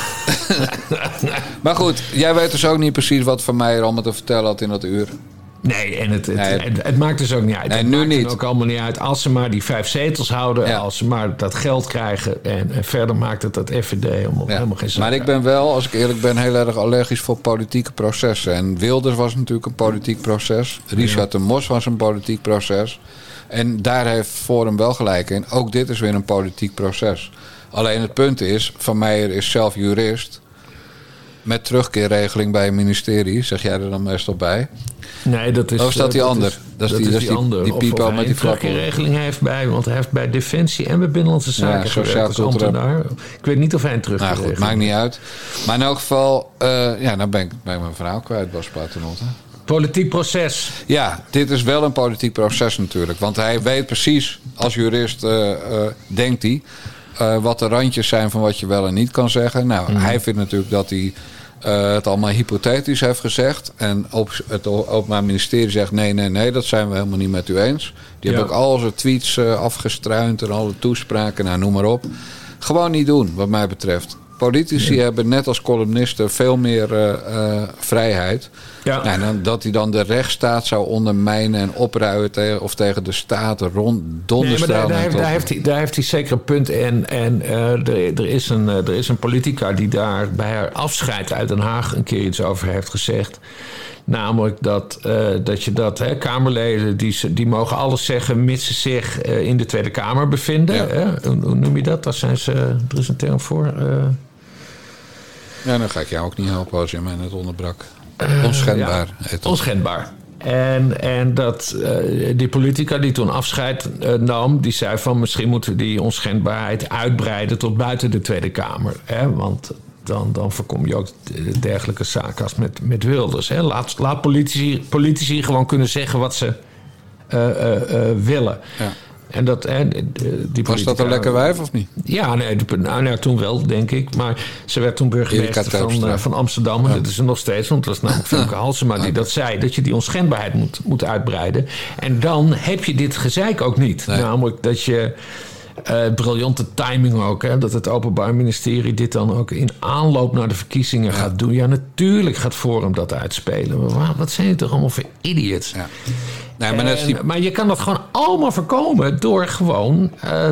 S1: Ja. Maar goed, jij weet dus ook niet precies wat Van Meijer allemaal te vertellen had in dat uur.
S3: Nee, en het maakt dus ook niet uit.
S1: Nee,
S3: het
S1: nu
S3: maakt
S1: niet.
S3: ook allemaal niet uit. Als ze maar die 5 zetels houden, als ze maar dat geld krijgen. En verder maakt het dat FVD helemaal geen zin.
S1: Maar ik ben wel, als ik eerlijk ben, heel erg allergisch voor politieke processen. En Wilders was natuurlijk een politiek proces. Richard de Mos was een politiek proces. En daar heeft Forum wel gelijk in. Ook dit is weer een politiek proces. Alleen het punt is, Van Meijer is zelf jurist. Met terugkeerregeling bij een ministerie, zeg jij er dan meestal bij?
S3: Nee, dat is...
S1: Of is dat die ander? Dat is die ander. Die piepo met die flappen.
S3: Terugkeerregeling heeft bij, want hij heeft bij Defensie en bij Binnenlandse Zaken gewerkt als ambtenaar. Ik weet niet of hij een terugkeerregeling...
S1: Nou goed, maakt niet uit. Maar in elk geval, nou ben ik mijn verhaal kwijt, Bas Paternotte.
S3: Politiek proces.
S1: Ja, dit is wel een politiek proces natuurlijk. Want hij weet precies, als jurist denkt hij... wat de randjes zijn van wat je wel en niet kan zeggen. Nou, hij vindt natuurlijk dat hij het allemaal hypothetisch heeft gezegd. En het Openbaar Ministerie zegt nee, dat zijn we helemaal niet met u eens. Die hebben ook al zijn tweets afgestruind en alle toespraken, nou noem maar op. Gewoon niet doen, wat mij betreft. Politici hebben net als columnisten veel meer vrijheid. Ja. Nou, en dat hij dan de rechtsstaat zou ondermijnen en opruien tegen de staat donderstraal.
S3: Nee, maar daar heeft hij zeker een punt. En er is een politica die daar bij haar afscheid uit Den Haag een keer iets over heeft gezegd. Namelijk dat Kamerleden die mogen alles zeggen mits ze zich in de Tweede Kamer bevinden. Ja. Hoe noem je dat? Daar zijn ze, er is een term voor.
S1: Ja, dan ga ik jou ook niet helpen als je mij net onderbrak. Onschendbaar.
S3: Onschendbaar. En dat die politica die toen afscheid nam, die zei van misschien moeten we die onschendbaarheid uitbreiden tot buiten de Tweede Kamer. Hè? Want dan voorkom je ook dergelijke zaken als met Wilders. Hè? Laat politici gewoon kunnen zeggen wat ze willen. Ja. En dat, die
S1: was dat een lekker wijf of niet?
S3: Ja, nee, toen wel, denk ik. Maar ze werd toen burgemeester van Amsterdam. En dat is er nog steeds, want dat was namelijk Femke Halsema die dat zei. Dat je die onschendbaarheid moet uitbreiden. En dan heb je dit gezeik ook niet. Nee. Namelijk dat je... briljante timing ook, hè, dat het Openbaar Ministerie dit dan ook in aanloop naar de verkiezingen gaat doen. Ja, natuurlijk gaat Forum dat uitspelen. Maar wat zijn het toch allemaal voor idiots? Ja. Nee, maar je kan dat gewoon allemaal voorkomen door gewoon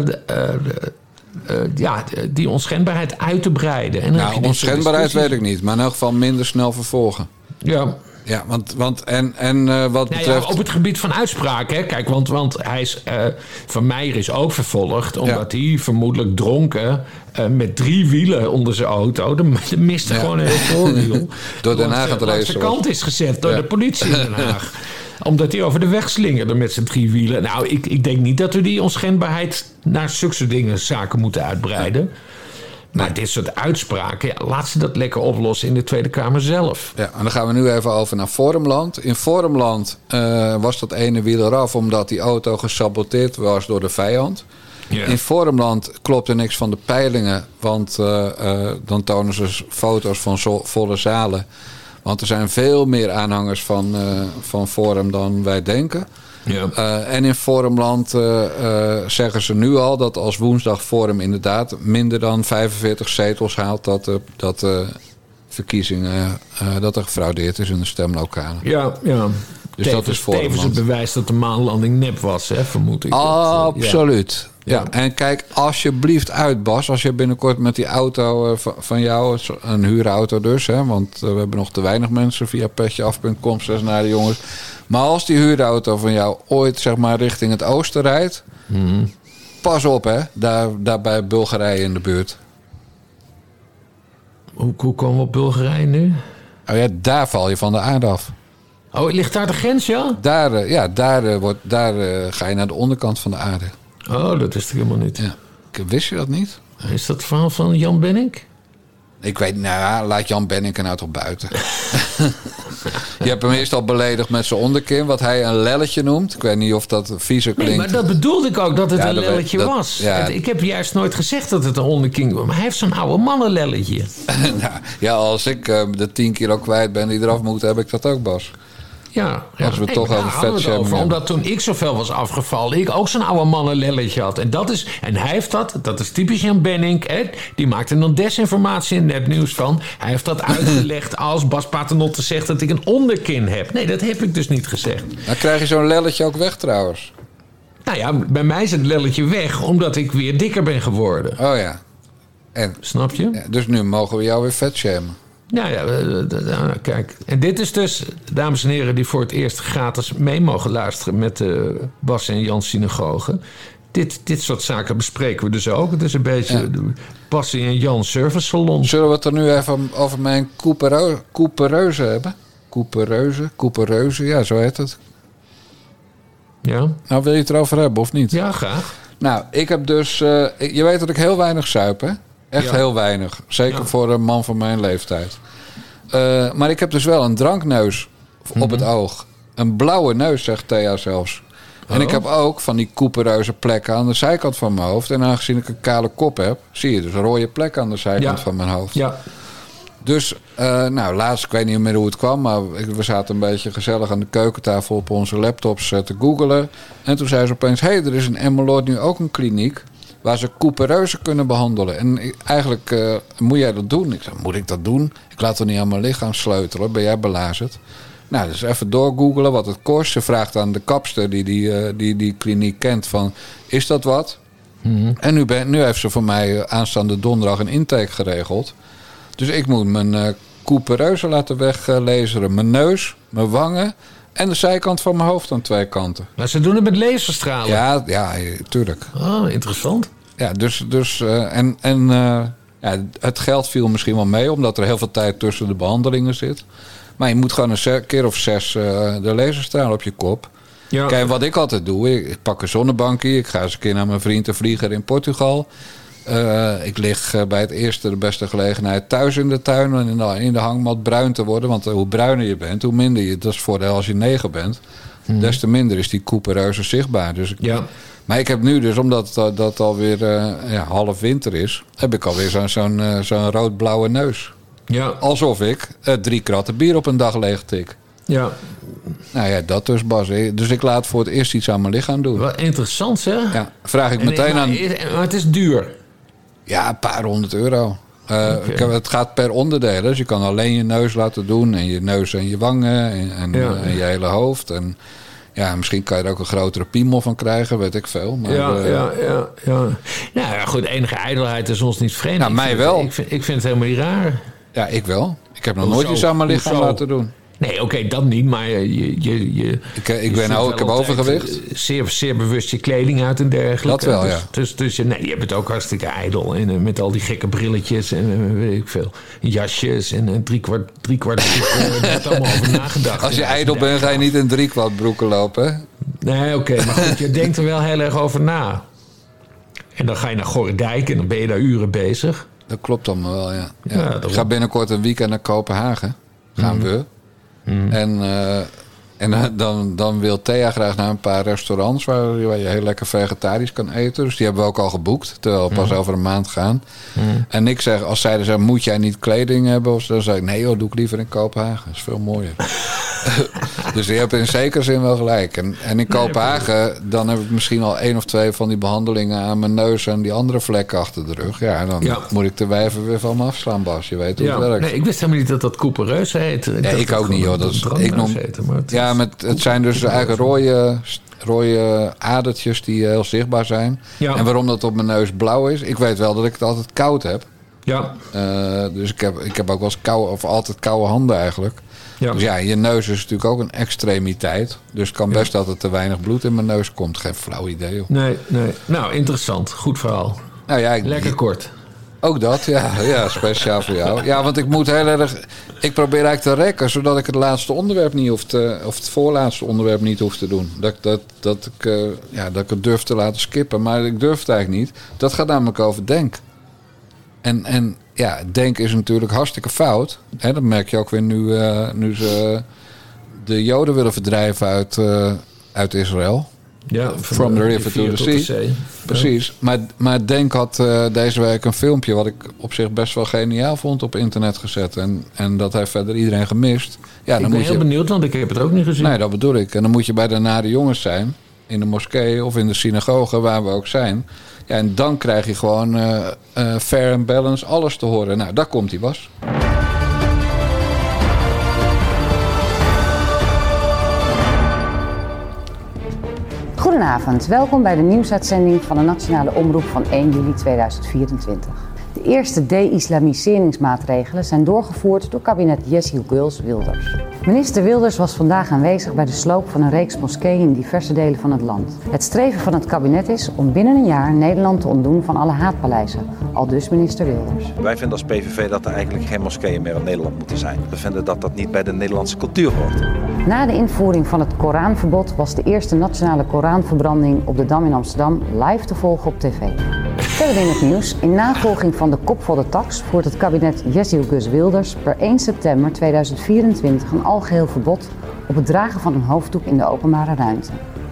S3: die onschendbaarheid uit te breiden. En
S1: nou, onschendbaarheid weet ik niet, maar in elk geval minder snel vervolgen.
S3: Ja.
S1: Ja, want wat betreft...
S3: Ja, op het gebied van uitspraak, hè. Kijk, want hij is... Van Meijer is ook vervolgd... omdat hij vermoedelijk dronken... met 3 wielen onder zijn auto... de miste gewoon een voorwiel...
S1: door Den Haag aan het racen.
S3: Aan de kant is gezet door de politie in Den Haag. Omdat hij over de weg slingerde met zijn 3 wielen. Nou, ik denk niet dat we die onschendbaarheid... naar zulke dingen zaken moeten uitbreiden... Maar dit soort uitspraken, laat ze dat lekker oplossen in de Tweede Kamer zelf.
S1: Ja, en dan gaan we nu even over naar Forumland. In Forumland was dat ene wiel eraf omdat die auto gesaboteerd was door de vijand. Yeah. In Forumland klopte niks van de peilingen, want dan tonen ze foto's van volle zalen. Want er zijn veel meer aanhangers van Forum dan wij denken. Ja. En in Forumland zeggen ze nu al dat als woensdag Forum inderdaad minder dan 45 zetels haalt, dat de verkiezingen dat er gefraudeerd is in de stemlokalen.
S3: Ja. Dus dat is Forumland. Tevens het bewijs dat de maanlanding nep was, hè, vermoed ik.
S1: Absoluut. Ja, en kijk alsjeblieft uit, Bas. Als je binnenkort met die auto van jou, een huurauto dus, hè, want we hebben nog te weinig mensen via petjeaf.com naar de jongens. Maar als die huurauto van jou ooit zeg maar richting het oosten rijdt, pas op, hè, daar bij Bulgarije in de buurt.
S3: Hoe komen we op Bulgarije nu?
S1: Oh ja, daar val je van de aarde af.
S3: Oh, ligt daar de grens, ja?
S1: Daar ga je naar de onderkant van de aarde.
S3: Oh, dat wist ik helemaal niet.
S1: Ja. Wist je dat niet?
S3: Is dat het verhaal van Jan Benink?
S1: Ik weet, laat Jan Benink er nou toch buiten. Je hebt hem eerst al beledigd met zijn onderkin, wat hij een lelletje noemt. Ik weet niet of dat vieze klinkt.
S3: Nee, maar dat bedoelde ik ook, dat het een lelletje was. Ja. Ik heb juist nooit gezegd dat het een onderkin was. Maar hij heeft zo'n oude mannenlelletje.
S1: Als ik de 10 kilo kwijt ben die eraf moet, heb ik dat ook, Bas.
S3: Ja.
S1: Als we toch over vetshaming.
S3: Omdat toen ik zoveel was afgevallen, ik ook zo'n oude mannenlelletje had. En hij heeft dat is typisch Jan Benink. Die maakt er dan desinformatie en nepnieuws van. Hij heeft dat uitgelegd als Bas Paternotte zegt dat ik een onderkin heb. Nee, dat heb ik dus niet gezegd.
S1: Dan krijg je zo'n lelletje ook weg trouwens.
S3: Nou ja, bij mij is het lelletje weg omdat ik weer dikker ben geworden.
S1: Oh ja.
S3: Snap je?
S1: Ja, dus nu mogen we jou weer vetshamen.
S3: Kijk. En dit is dus, dames en heren, die voor het eerst gratis mee mogen luisteren met de Bas en Jan synagoge. Dit soort zaken bespreken we dus ook. Het is een beetje de Bas en Jan service salon.
S1: Zullen we het er nu even over mijn coupereuze hebben? Coupereuze, ja, zo heet het.
S3: Ja.
S1: Nou, wil je het erover hebben of niet?
S3: Ja, graag.
S1: Nou, ik heb dus... je weet dat ik heel weinig zuip, hè? Echt heel weinig. Zeker voor een man van mijn leeftijd. Maar ik heb dus wel een drankneus op het oog. Een blauwe neus, zegt Thea zelfs. En ik heb ook van die coupereuze plekken aan de zijkant van mijn hoofd. En aangezien ik een kale kop heb, zie je dus rode plekken aan de zijkant van mijn hoofd. Ja. Dus, laatst, ik weet niet meer hoe het kwam, maar we zaten een beetje gezellig aan de keukentafel op onze laptops te googelen. En toen zei ze opeens, er is in Emmeloord nu ook een kliniek waar ze coupereuze kunnen behandelen. En eigenlijk moet jij dat doen. Ik zei, moet ik dat doen? Ik laat er niet aan mijn lichaam sleutelen. Ben jij belazerd? Nou, dus even doorgoogelen wat het kost. Ze vraagt aan de kapster die kliniek kent van, is dat wat? Mm-hmm. En nu heeft ze voor mij aanstaande donderdag een intake geregeld. Dus ik moet mijn coupereuze laten weglaseren. Mijn neus, mijn wangen en de zijkant van mijn hoofd aan 2 kanten.
S3: Maar ze doen het met laserstralen?
S1: Ja, tuurlijk.
S3: Oh, interessant.
S1: Ja, het geld viel misschien wel mee, omdat er heel veel tijd tussen de behandelingen zit. Maar je moet gewoon een keer of 6 de laserstraal op je kop.
S3: Ja.
S1: Kijk, wat ik altijd doe, ik pak een zonnebankje. Ik ga eens een keer naar mijn vriend de vlieger in Portugal. Ik lig bij het eerste de beste gelegenheid thuis in de tuin en in de hangmat bruin te worden. Want hoe bruiner je bent, hoe minder je... Dat is voordeel als je 9 bent. Des te minder is die coupereuze zichtbaar. Dus maar ik heb nu dus, omdat dat alweer half winter is... heb ik alweer zo'n rood-blauwe neus.
S3: Ja.
S1: Alsof ik 3 kratten bier op een dag leeg tik.
S3: Ja.
S1: Nou ja, dat dus, Bas. Dus ik laat voor het eerst iets aan mijn lichaam doen.
S3: Wat interessant, zeg.
S1: Ja, vraag ik meteen aan...
S3: Maar het is duur.
S1: Ja, een paar €100. Het gaat per onderdelen. Dus je kan alleen je neus laten doen. En je neus en je wangen. En je hele hoofd. En ja, misschien kan je er ook een grotere piemel van krijgen. Weet ik veel. Maar,
S3: Ja. Nou ja, goed. Enige ijdelheid is ons niet vreemd.
S1: Nou, mij wel.
S3: Ik vind het helemaal niet raar.
S1: Ja, ik wel. Ik heb nog nooit iets aan mijn lichaam laten doen.
S3: Nee, oké, dat niet. Maar
S1: ik heb overgewicht.
S3: Zeer bewust je kleding uit en dergelijke.
S1: Dat wel, ja.
S3: Dus je hebt het ook hartstikke ijdel. En met al die gekke brilletjes en weet ik veel. Jasjes en driekwart broeken. Daar wordt allemaal over nagedacht.
S1: Als je ijdel bent, ga je niet in driekwart broeken lopen, hè?
S3: Nee, oké. Maar goed, je denkt er wel heel erg over na. En dan ga je naar Gorredijk en dan ben je daar uren bezig.
S1: Dat klopt allemaal wel, ja. Ik ga binnenkort een weekend naar Kopenhagen. Gaan we. En dan wil Thea graag naar een paar restaurants waar je heel lekker vegetarisch kan eten. Dus die hebben we ook al geboekt, terwijl we pas over een maand gaan. En ik zeg, als zij zeggen, moet jij niet kleding hebben? Of zo, dan zeg ik, nee joh, doe ik liever in Kopenhagen. Dat is veel mooier. Dus je hebt in zekere zin wel gelijk. En in Kopenhagen, dan heb ik misschien al 1 of 2 van die behandelingen aan mijn neus en die andere vlekken achter de rug. Ja, en dan moet ik de wijven weer van me afslaan, Bas. Je weet hoe het werkt.
S3: Nee, ik wist helemaal niet dat coupereus heet.
S1: Nee, ik ook niet, hoor. Dat is, ik noem, het zijn dus eigen rode adertjes die heel zichtbaar zijn. Ja. En waarom dat op mijn neus blauw is, ik weet wel dat ik het altijd koud heb.
S3: Ja.
S1: Dus ik heb ook wel eens altijd koude handen eigenlijk. Ja. Dus ja, je neus is natuurlijk ook een extremiteit. Dus het kan best dat er te weinig bloed in mijn neus komt. Geen flauw idee, joh.
S3: Nee. Nou, interessant. Goed verhaal.
S1: Nou ja,
S3: lekker kort.
S1: Ook dat, ja, speciaal voor jou. Ja, want ik moet heel erg... Ik probeer eigenlijk te rekken, zodat ik het laatste onderwerp niet hoef te... Of het voorlaatste onderwerp niet hoef te doen. Dat ik het durf te laten skippen. Maar ik durf het eigenlijk niet. Dat gaat namelijk over Denk. En ja, Denk is natuurlijk hartstikke fout. Hè, dat merk je ook weer nu ze de Joden willen verdrijven uit Israël. Ja, from the river to the sea. Precies. Ja. Maar Denk had deze week een filmpje wat ik op zich best wel geniaal vond op internet gezet. En dat heeft verder iedereen gemist. Ja,
S3: ik ben heel benieuwd, want ik heb het ook niet gezien.
S1: Nee, dat bedoel ik. En dan moet je bij de nare jongens zijn. In de moskee of in de synagoge, waar we ook zijn. Ja, en dan krijg je gewoon fair and balance alles te horen. Nou, daar komt hij, Bas.
S9: Goedenavond, welkom bij de nieuwsuitzending van de Nationale Omroep van 1 juli 2024. De eerste de-islamiseringsmaatregelen zijn doorgevoerd door kabinet Yeşil Wilders. Minister Wilders was vandaag aanwezig bij de sloop van een reeks moskeeën in diverse delen van het land. Het streven van het kabinet is om binnen een jaar Nederland te ontdoen van alle haatpaleizen, aldus minister Wilders.
S10: Wij vinden als PVV dat er eigenlijk geen moskeeën meer in Nederland moeten zijn. We vinden dat dat niet bij de Nederlandse cultuur hoort.
S9: Na de invoering van het Koranverbod was de eerste nationale Koranverbranding op de Dam in Amsterdam live te volgen op tv. Verder in het nieuws. In navolging van de kopvolle tax voert het kabinet Yeşil Wilders per 1 september 2024 een algeheel verbod op het dragen van een hoofddoek in de openbare ruimte.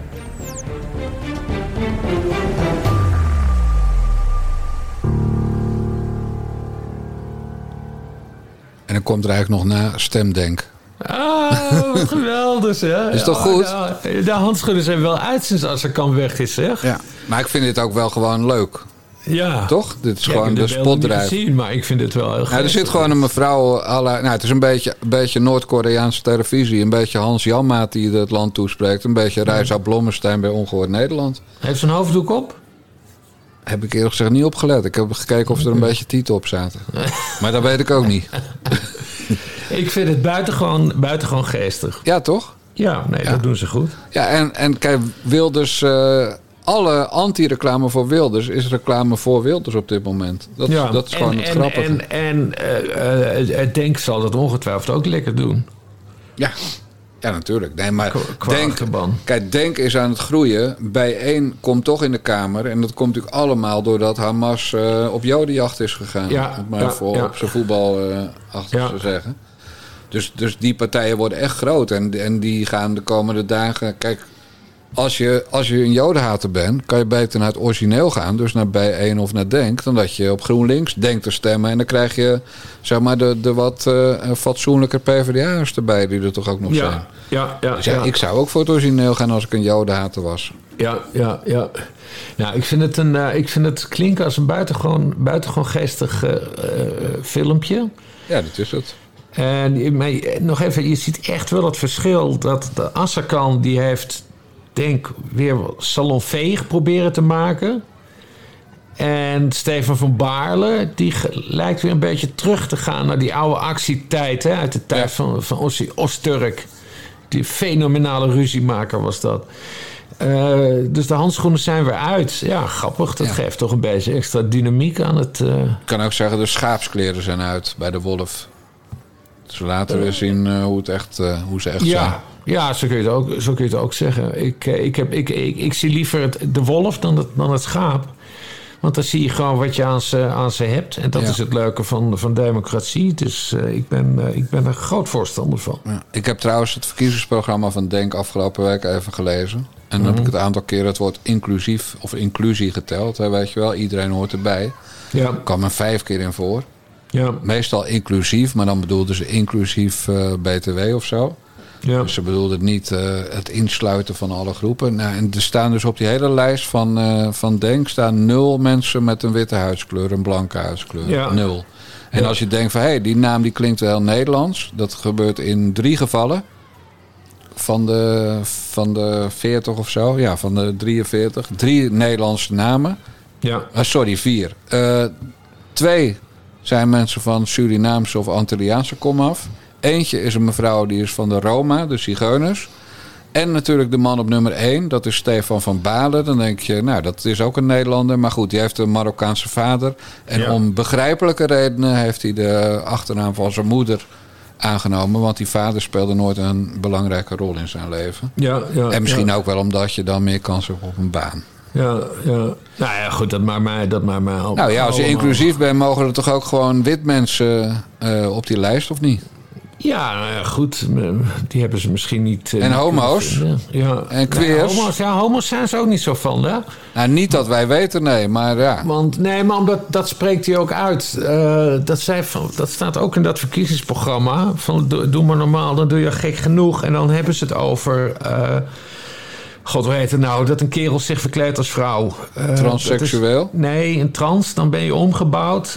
S1: En dan komt er eigenlijk nog na Stemdenk.
S3: Ah, wat geweldig, hè?
S1: Is toch goed?
S3: De handschudden zijn wel uit sinds Azarkan weg is, zeg.
S1: Ja, maar ik vind dit ook wel gewoon leuk.
S3: Ja.
S1: Toch? Dit is gewoon de spotdrijf.
S3: Ik heb het gezien, maar ik vind het wel heel
S1: er zit gewoon een mevrouw... het is een beetje Noord-Koreaanse televisie. Een beetje Hans Janmaat die het land toespreekt. Een beetje Reisa Blommestein bij Ongehoord Nederland.
S3: Heeft ze een hoofddoek op?
S1: Heb ik eerlijk gezegd niet opgelet. Ik heb gekeken of er een beetje tieten op zaten. Maar dat weet ik ook niet.
S3: Ik vind het buitengewoon geestig.
S1: Ja, toch?
S3: Ja, dat doen ze goed.
S1: Ja, en kijk, Wilders... alle anti-reclame voor Wilders is reclame voor Wilders op dit moment. Dat is gewoon het grappige.
S3: En het Denk zal dat ongetwijfeld ook lekker doen.
S1: Ja, natuurlijk. Nee, maar
S3: Qua achterban.
S1: Denk is aan het groeien. Bijeen komt toch in de Kamer. En dat komt natuurlijk allemaal doordat Hamas op jodenjacht is gegaan. Om maar op zijn voetbal achter te zeggen. Dus die partijen worden echt groot. En die gaan de komende dagen... Kijk, als je een jodenhater bent, kan je beter naar het origineel gaan. Dus naar Bijeen of naar Denk. Dan dat je op GroenLinks denkt te stemmen. En dan krijg je zeg maar de wat fatsoenlijke PvdA'ers erbij. Die er toch ook nog zijn. Dus ik zou ook voor het origineel gaan als ik een jodenhater was.
S3: Ja. Nou, ik vind het klinken als een buitengewoon geestig filmpje.
S1: Ja, dat is het.
S3: En nog even, je ziet echt wel het verschil. Dat de Azarkan, die heeft... denk weer salonveeg proberen te maken. En Stefan van Baarle, die lijkt weer een beetje terug te gaan naar die oude actietijd. Hè, uit de tijd van Ossie Osturk. Die fenomenale ruziemaker was dat. Dus de handschoenen zijn weer uit. Ja, grappig. Dat geeft toch een beetje extra dynamiek aan het... Ik
S1: kan ook zeggen, de schaapskleren zijn uit bij de Wolf. Dus we laten weer zien hoe ze echt zijn.
S3: Ja, zo kun je het ook zeggen. Ik zie liever de wolf dan het schaap. Want dan zie je gewoon wat je aan ze hebt. En dat is het leuke van democratie. Dus ik ben er groot voorstander van.
S1: Ja. Ik heb trouwens het verkiezingsprogramma van Denk afgelopen week even gelezen. En dan heb ik het aantal keren het woord inclusief of inclusie geteld. Hè, weet je wel, iedereen hoort erbij. Ja. Er kwam er 5 keer in voor. Ja. Meestal inclusief, maar dan bedoelden ze inclusief BTW of zo. Ja. Dus ze bedoelden niet het insluiten van alle groepen. Nou, en er staan dus op die hele lijst van Denk... staan 0 mensen met een witte huidskleur, een blanke huidskleur. Ja. 0. En als je denkt van, die naam die klinkt wel Nederlands... dat gebeurt in 3 gevallen... van de 40 of zo. Ja, van de 43. 3 Nederlandse namen. Ja. 4. 2 zijn mensen van Surinaamse of Antilliaanse komaf. Eentje is een mevrouw die is van de Roma, de Zigeuners. En natuurlijk de man op nummer 1, dat is Stefan van Baarle. Dan denk je, nou, dat is ook een Nederlander. Maar goed, die heeft een Marokkaanse vader. En om begrijpelijke redenen heeft hij de achternaam van zijn moeder aangenomen. Want die vader speelde nooit een belangrijke rol in zijn leven. Ja, en misschien ook wel omdat je dan meer kans hebt op een baan.
S3: Ja. Nou ja, goed, dat maakt mij op.
S1: Nou ja, als je inclusief bent, mogen er toch ook gewoon wit mensen op die lijst, of niet?
S3: Ja, nou ja, goed. Die hebben ze misschien niet...
S1: en homo's?
S3: Ja.
S1: En queers?
S3: Homo's zijn ze ook niet zo van, hè?
S1: Nou, niet dat wij weten, nee, maar ja.
S3: Maar dat spreekt hij ook uit. Dat staat ook in dat verkiezingsprogramma. Van doe maar normaal, dan doe je gek genoeg. En dan hebben ze het over... God, hoe heet het nou? Dat een kerel zich verkleedt als vrouw.
S1: Transseksueel?
S3: Een trans. Dan ben je omgebouwd.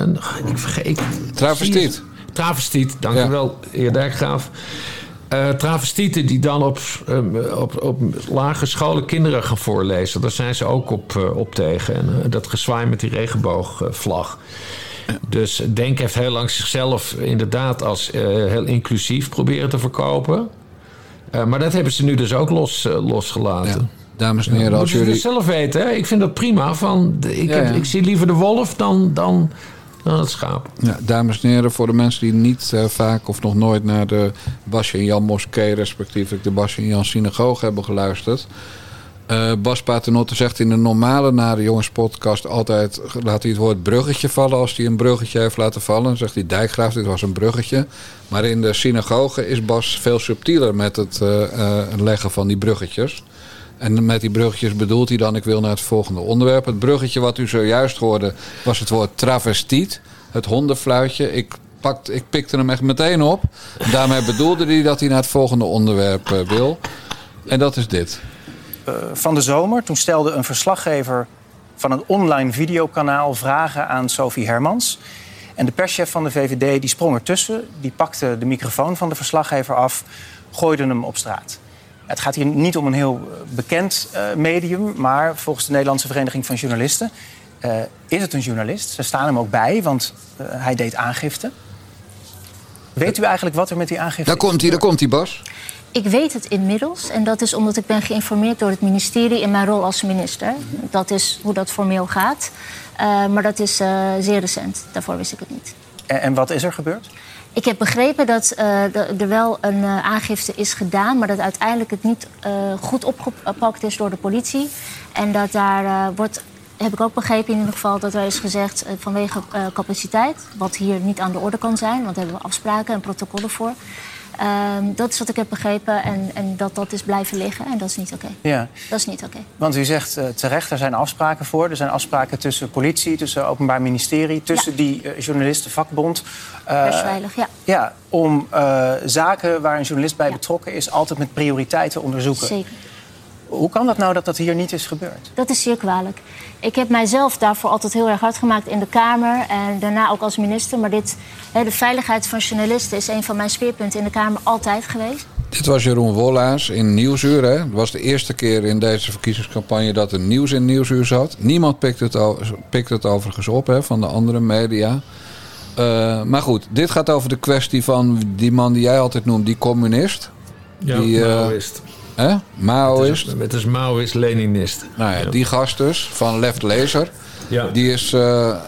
S1: Travestiet.
S3: Travestiet, dank u wel, heer Dijkgraaf. Travestieten die dan op lagere scholen kinderen gaan voorlezen. Daar zijn ze ook op tegen. En dat gezwaai met die regenboogvlag. Dus Denk heeft heel lang zichzelf inderdaad als heel inclusief proberen te verkopen. Maar dat hebben ze nu dus ook losgelaten. Ja.
S1: Dames en heren, als jullie...
S3: het zelf weten, hè? Ik vind dat prima. Ik zie liever de wolf dan het schaap.
S1: Ja, dames en heren, voor de mensen die niet vaak of nog nooit naar de Basje en Jan moskee, respectievelijk de Basje en Jan synagoge hebben geluisterd. Bas Paternotte zegt in de normale Nare Jongens podcast altijd, laat hij het woord bruggetje vallen als hij een bruggetje heeft laten vallen. Dan zegt hij Dijkgraaf, dit was een bruggetje. Maar in de synagoge is Bas veel subtieler met het leggen van die bruggetjes. En met die bruggetjes bedoelt hij dan, ik wil naar het volgende onderwerp. Het bruggetje wat u zojuist hoorde was het woord travestiet. Het hondenfluitje. Ik pikte hem echt meteen op. Daarmee bedoelde hij dat hij naar het volgende onderwerp wil. En dat is dit.
S11: Van de zomer, toen stelde een verslaggever van een online videokanaal vragen aan Sophie Hermans. En de perschef van de VVD die sprong ertussen. Die pakte de microfoon van de verslaggever af, gooide hem op straat. Het gaat hier niet om een heel bekend medium, maar volgens de Nederlandse Vereniging van Journalisten is het een journalist. Ze staan hem ook bij, want hij deed aangifte. Weet u eigenlijk wat er met die aangifte is?
S1: Daar komt hij, Bas.
S12: Ik weet het inmiddels en dat is omdat ik ben geïnformeerd door het ministerie in mijn rol als minister. Dat is hoe dat formeel gaat. Maar dat is zeer recent. Daarvoor wist ik het niet.
S11: En wat is er gebeurd?
S12: Ik heb begrepen dat er wel een aangifte is gedaan, maar dat uiteindelijk het niet goed opgepakt is door de politie. En dat daar heb ik ook begrepen in ieder geval, dat er is gezegd vanwege capaciteit, wat hier niet aan de orde kan zijn, want daar hebben we afspraken en protocollen voor. Dat is wat ik heb begrepen en dat is blijven liggen en dat is niet oké. Ja. Dat is niet oké.
S11: Want u zegt terecht, er zijn afspraken voor. Er zijn afspraken tussen politie, tussen Openbaar Ministerie, tussen die journalistenvakbond.
S12: Persveilig, ja.
S11: Ja, om zaken waar een journalist bij betrokken is altijd met prioriteit te onderzoeken.
S12: Zeker.
S11: Hoe kan dat nou dat dat hier niet is gebeurd?
S12: Dat is zeer kwalijk. Ik heb mijzelf daarvoor altijd heel erg hard gemaakt in de Kamer en daarna ook als minister. Maar de veiligheid van journalisten is een van mijn speerpunten in de Kamer altijd geweest.
S1: Dit was Jeroen Wollaars in Nieuwsuur. Hè? Het was de eerste keer in deze verkiezingscampagne dat er nieuws in Nieuwsuur zat. Niemand pikt het overigens op van de andere media. Maar goed, dit gaat over de kwestie van die man die jij altijd noemt, die communist.
S3: Ja, Maoïst.
S1: Maoïst.
S3: Het is Maoïst, Leninist.
S1: Nou ja, die gast dus, van Left Lezer. Ja. Die is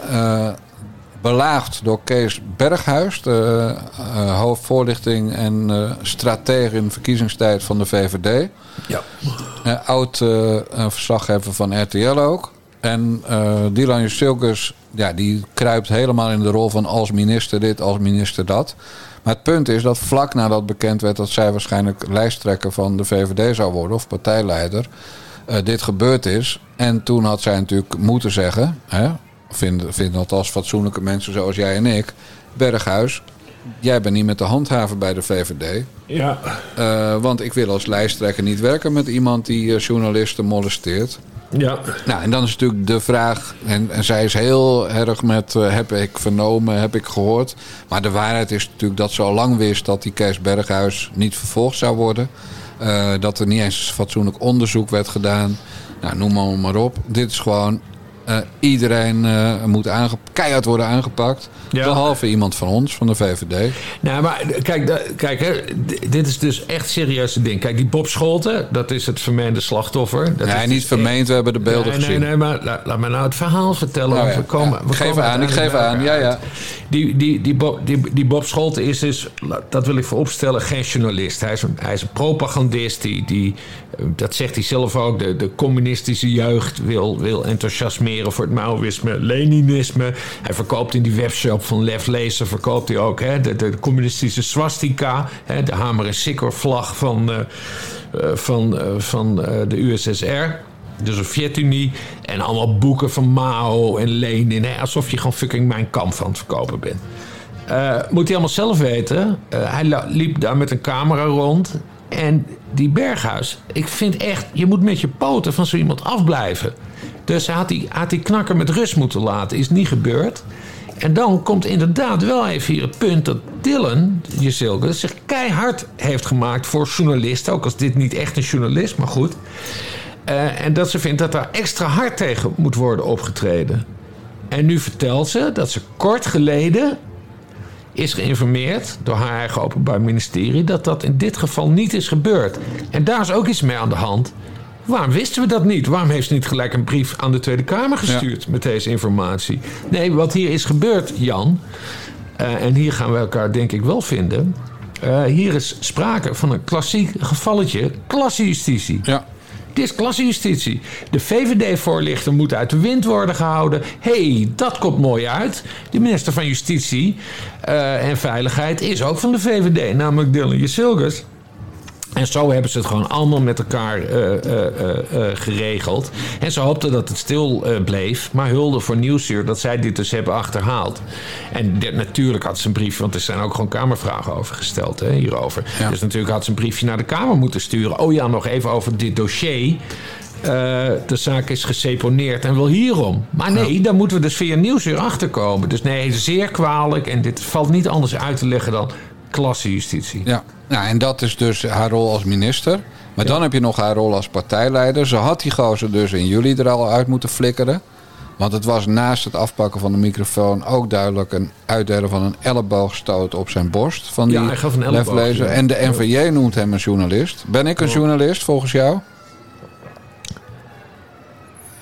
S1: belaagd door Kees Berghuis, de hoofdvoorlichting en stratege in de verkiezingstijd van de VVD. Ja. Oud verslaggever van RTL ook. En Dilan Jusilgus, die kruipt helemaal in de rol van als minister dit, als minister dat. Maar het punt is dat vlak nadat bekend werd dat zij waarschijnlijk lijsttrekker van de VVD zou worden, of partijleider, dit gebeurd is. En toen had zij natuurlijk moeten zeggen, vinden dat als fatsoenlijke mensen zoals jij en ik, Berghuis, jij bent niet met de handhaver bij de VVD. Ja. Want ik wil als lijsttrekker niet werken met iemand die journalisten molesteert. Ja. Nou, en dan is natuurlijk de vraag, en zij is heel erg met heb ik vernomen, heb ik gehoord. Maar de waarheid is natuurlijk dat ze al lang wist dat die Kees Berghuis niet vervolgd zou worden. Dat er niet eens fatsoenlijk onderzoek werd gedaan. Nou, noem maar op. Dit is gewoon, iedereen moet keihard worden aangepakt. Ja. Behalve iemand van ons, van de VVD.
S3: Nou, maar kijk hè, dit is dus echt serieus ding. Kijk, die Bob Scholten, dat is het vermeende slachtoffer. Dat
S1: is niet vermeend, we hebben de beelden gezien.
S3: Nee, maar laat me nou het verhaal vertellen.
S1: Oh, ja. Ik geef aan. Ja.
S3: Die Bob Scholten is dus, dat wil ik vooropstellen, geen journalist. Hij is een propagandist. Dat zegt hij zelf ook, de communistische jeugd wil enthousiasmeren voor het Maoïsme, Leninisme. Hij verkoopt in die webshop van Left Lezer verkoopt hij ook de communistische swastika, de hamer en sikor vlag van de USSR, de Sovjet-Unie, en allemaal boeken van Mao en Lenin, alsof je gewoon fucking Mein Kampf aan het verkopen bent. Moet hij allemaal zelf weten. Hij liep daar met een camera rond. En die Berghuis, ik vind echt, je moet met je poten van zo iemand afblijven. Dus hij had die knakker met rust moeten laten. Is niet gebeurd. En dan komt inderdaad wel even hier het punt dat Dilan Jusilgus zich keihard heeft gemaakt voor journalisten. Ook als dit niet echt een journalist, maar goed. En dat ze vindt dat daar extra hard tegen moet worden opgetreden. En nu vertelt ze dat ze kort geleden is geïnformeerd door haar eigen Openbaar Ministerie dat in dit geval niet is gebeurd. En daar is ook iets mee aan de hand. Waarom wisten we dat niet? Waarom heeft ze niet gelijk een brief aan de Tweede Kamer gestuurd met deze informatie? Nee, wat hier is gebeurd, Jan, en hier gaan we elkaar denk ik wel vinden. Hier is sprake van een klassiek gevalletje klassejustitie. Ja. Dit is klassejustitie. De VVD-voorlichter moet uit de wind worden gehouden. Dat komt mooi uit. De minister van Justitie en Veiligheid is ook van de VVD, namelijk Dilan Jusilgus. En zo hebben ze het gewoon allemaal met elkaar geregeld. En ze hoopten dat het stil bleef. Maar hulde voor Nieuwsuur dat zij dit dus hebben achterhaald. En natuurlijk had ze een brief, want er zijn ook gewoon Kamervragen over gesteld hierover. Ja. Dus natuurlijk had ze een briefje naar de Kamer moeten sturen. Oh ja, nog even over dit dossier. De zaak is geseponeerd en wel hierom. Maar nee, daar moeten we dus via Nieuwsuur achterkomen. Dus nee, zeer kwalijk. En dit valt niet anders uit te leggen dan klassejustitie.
S1: Ja. Nou, en dat is dus haar rol als minister. Maar dan heb je nog haar rol als partijleider. Ze had die gozer dus in juli er al uit moeten flikkeren. Want het was naast het afpakken van de microfoon ook duidelijk een uitdelen van een elleboogstoot op zijn borst. Van die leflezer. Ja. En de NVJ noemt hem een journalist. Ben ik een journalist volgens jou?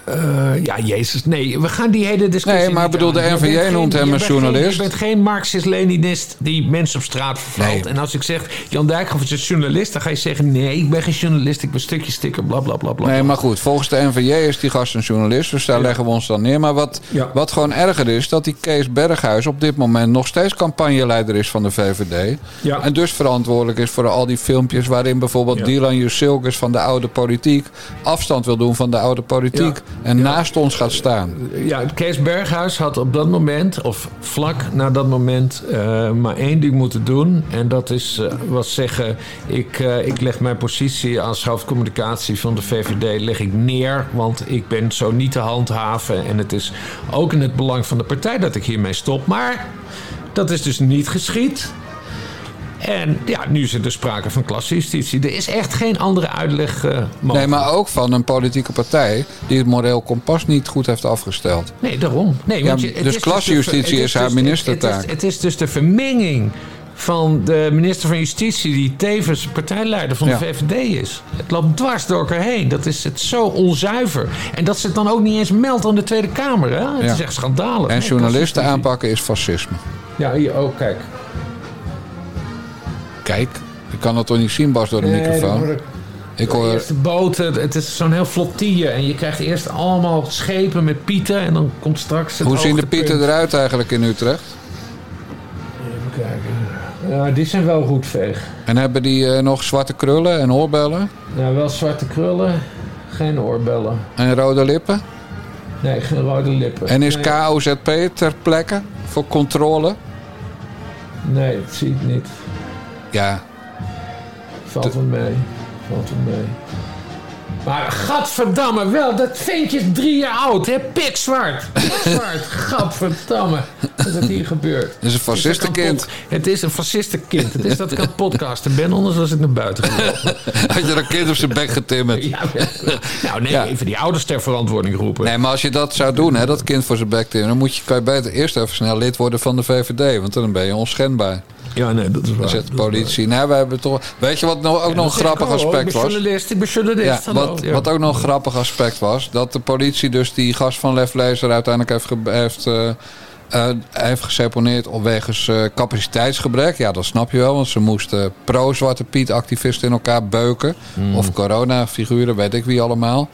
S3: Ja, Jezus, nee. We gaan die hele discussie
S1: Nee, maar ik bedoel, de NVJ noemt hem een journalist.
S3: Je bent geen Marxist-Leninist die mensen op straat vervalt. Nee. En als ik zeg, Jan Dijkhoff is een journalist... dan ga je zeggen, nee, ik ben geen journalist. Ik ben stukje sticker, bla, bla, bla, bla.
S1: Nee, maar goed, volgens de NVJ is die gast een journalist. Dus daar leggen we ons dan neer. Maar wat gewoon erger is, dat die Kees Berghuis... op dit moment nog steeds campagneleider is van de VVD. Ja. En dus verantwoordelijk is voor al die filmpjes... waarin bijvoorbeeld Dylan Jusilkes van de oude politiek... afstand wil doen van de oude politiek... en naast ons gaat staan.
S3: Ja, Kees Berghuis had op dat moment, of vlak na dat moment... maar één ding moeten doen. En dat was zeggen... Ik leg mijn positie als hoofdcommunicatie van de VVD leg ik neer... want ik ben zo niet te handhaven... en het is ook in het belang van de partij dat ik hiermee stop. Maar dat is dus niet geschied... En ja, nu is er dus sprake van klassenjustitie. Er is echt geen andere uitleg mogelijk.
S1: Nee, maar ook van een politieke partij... die het moreel kompas niet goed heeft afgesteld.
S3: Nee, daarom. Nee, want
S1: dus klassenjustitie is haar ministertaak.
S3: Het is dus de vermenging van de minister van Justitie... die tevens partijleider van de VVD is. Het loopt dwars door elkaar heen. Dat is het zo onzuiver. En dat ze het dan ook niet eens meldt aan de Tweede Kamer. Hè? Het is echt schandalig.
S1: En journalisten aanpakken is fascisme.
S3: Ja, hier ook, kijk.
S1: Kijk, ik kan dat toch niet zien, Bas, door de microfoon? Ik hoor...
S3: Eerst de boten, het is zo'n heel flottille. En je krijgt eerst allemaal schepen met pieten. En dan komt straks het
S1: Hoe zien de pieten eruit eigenlijk in Utrecht?
S3: Even kijken. Ja, die zijn wel goed veeg.
S1: En hebben die nog zwarte krullen en oorbellen?
S3: Ja, wel zwarte krullen. Geen oorbellen.
S1: En rode lippen?
S3: Nee, geen rode lippen.
S1: En is KOZP ter plekke voor controle?
S3: Nee, dat zie ik niet.
S1: Ja.
S3: Valt wel mee. Maar gadverdamme wel, dat ventje is 3 jaar oud, hè? Pikzwart. Gadverdamme. Wat is dat hier gebeurt?
S1: Het is een fascistenkind.
S3: Het is een fascistenkind. Het is dat ik aan het podcasten ben, anders was ik naar buiten gelopen.
S1: Had je een kind op zijn bek getimmerd?
S3: Ja, nou nee, even die ouders ter verantwoording roepen.
S1: Nee, maar als je dat zou doen, hè, dat kind voor zijn bek timmeren... dan kan je beter eerst even snel lid worden van de VVD. Want dan ben je onschendbaar.
S3: Ja, nee, dat is waar.
S1: Dan zegt de politie. Nou, we hebben toch... Weet je wat ook nog een grappig aspect was?
S3: Ik ben journalist.
S1: Ja, wat ook nog een grappig aspect was... dat de politie dus die gast van Lef Lezer uiteindelijk heeft geseponeerd op wegens capaciteitsgebrek. Ja, dat snap je wel, want ze moesten pro-Zwarte Piet activisten in elkaar beuken. Of corona-figuren, weet ik wie allemaal.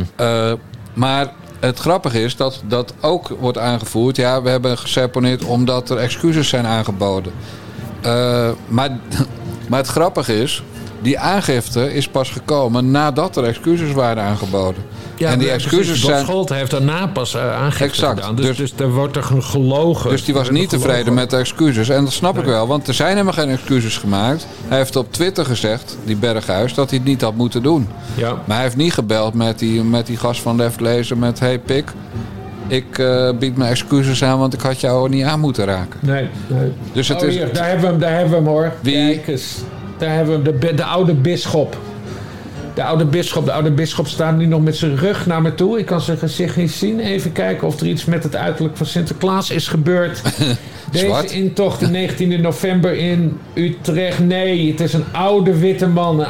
S1: Maar het grappige is dat ook wordt aangevoerd... ja, we hebben geseponeerd omdat er excuses zijn aangeboden. Maar het grappige is... die aangifte is pas gekomen nadat er excuses waren aangeboden.
S3: Ja, en die excuses zijn... Scholte heeft daarna pas aangifte gedaan. Dus daar wordt er gelogen.
S1: Dus die was niet tevreden met de excuses. En dat snap ik wel, want er zijn helemaal geen excuses gemaakt. Hij heeft op Twitter gezegd, die Berghuis, dat hij het niet had moeten doen. Ja. Maar hij heeft niet gebeld met die gast van Lef Lezer met... hey Pik, ik bied mijn excuses aan, want ik had jou niet aan moeten raken.
S3: Nee.
S1: Dus het is...
S3: Hier, daar hebben we hem hoor.
S1: Wie?
S3: Kijk eens. Daar hebben we de oude bisschop. De oude bisschop staat nu nog met zijn rug naar me toe. Ik kan zijn gezicht niet zien. Even kijken of er iets met het uiterlijk van Sinterklaas is gebeurd. Deze intocht de 19e november in Utrecht. Nee, het is een oude witte man. Een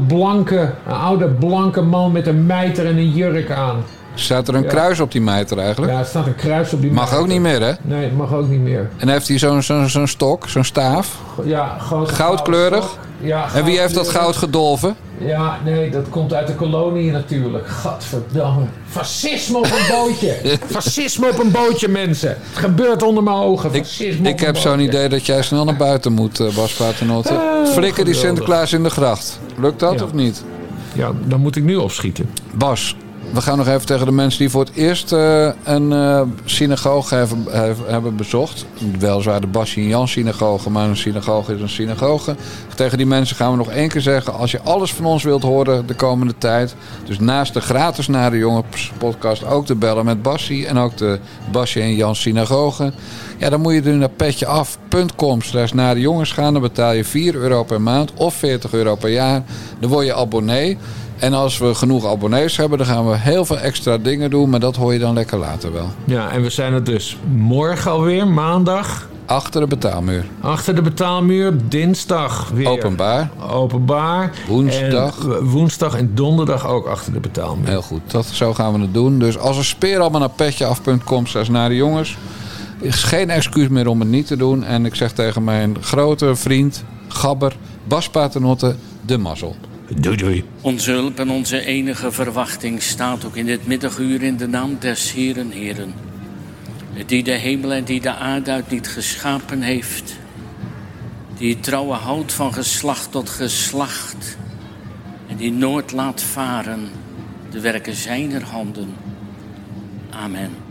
S3: oude blanke man met een mijter en een jurk aan.
S1: Staat er een kruis op die mijter eigenlijk?
S3: Ja, er staat een kruis op die mijter.
S1: Mag ook niet meer, hè?
S3: Nee, het mag ook niet meer.
S1: En heeft hij zo'n stok, zo'n staaf?
S3: Ja,
S1: goudkleurig?
S3: Ja,
S1: en wie heeft dat goud gedolven?
S3: Ja, nee, dat komt uit de kolonie natuurlijk. Gadverdamme. Fascisme op een bootje. Fascisme op een bootje, mensen. Het gebeurt onder mijn ogen. Fascisme
S1: ik heb zo'n idee dat jij snel naar buiten moet, Bas Paternotte. Flikker die Sinterklaas in de gracht. Lukt dat of niet?
S3: Ja, dan moet ik nu opschieten.
S1: Bas, we gaan nog even tegen de mensen die voor het eerst een synagoge hebben bezocht. Weliswaar de Bassie en Jan synagoge, maar een synagoge is een synagoge. Tegen die mensen gaan we nog 1 keer zeggen... als je alles van ons wilt horen de komende tijd... dus naast de gratis Nare Jongens podcast ook te bellen met Bassie... en ook de Bassie en Jan synagoge... ja, dan moet je nu naar petjeaf.com/Nare Jongens gaan. Dan betaal je €4 per maand of €40 per jaar. Dan word je abonnee... En als we genoeg abonnees hebben, dan gaan we heel veel extra dingen doen. Maar dat hoor je dan lekker later wel.
S3: Ja, en we zijn er dus morgen alweer, maandag.
S1: Achter de betaalmuur.
S3: Achter de betaalmuur, dinsdag weer. Openbaar. Woensdag en donderdag ook achter de betaalmuur.
S1: Heel goed, zo gaan we het doen. Dus als een speer allemaal naar petjeaf.com/nadejongens. Is geen excuus meer om het niet te doen. En ik zeg tegen mijn grote vriend, gabber, Bas Paternotte, de mazzel.
S3: Doei.
S13: Onze hulp en onze enige verwachting staat ook in dit middaguur in de naam des Heren. Die de hemel en die de aarde uit niet geschapen heeft. Die trouwen houdt van geslacht tot geslacht. En die nooit laat varen de werken zijner handen. Amen.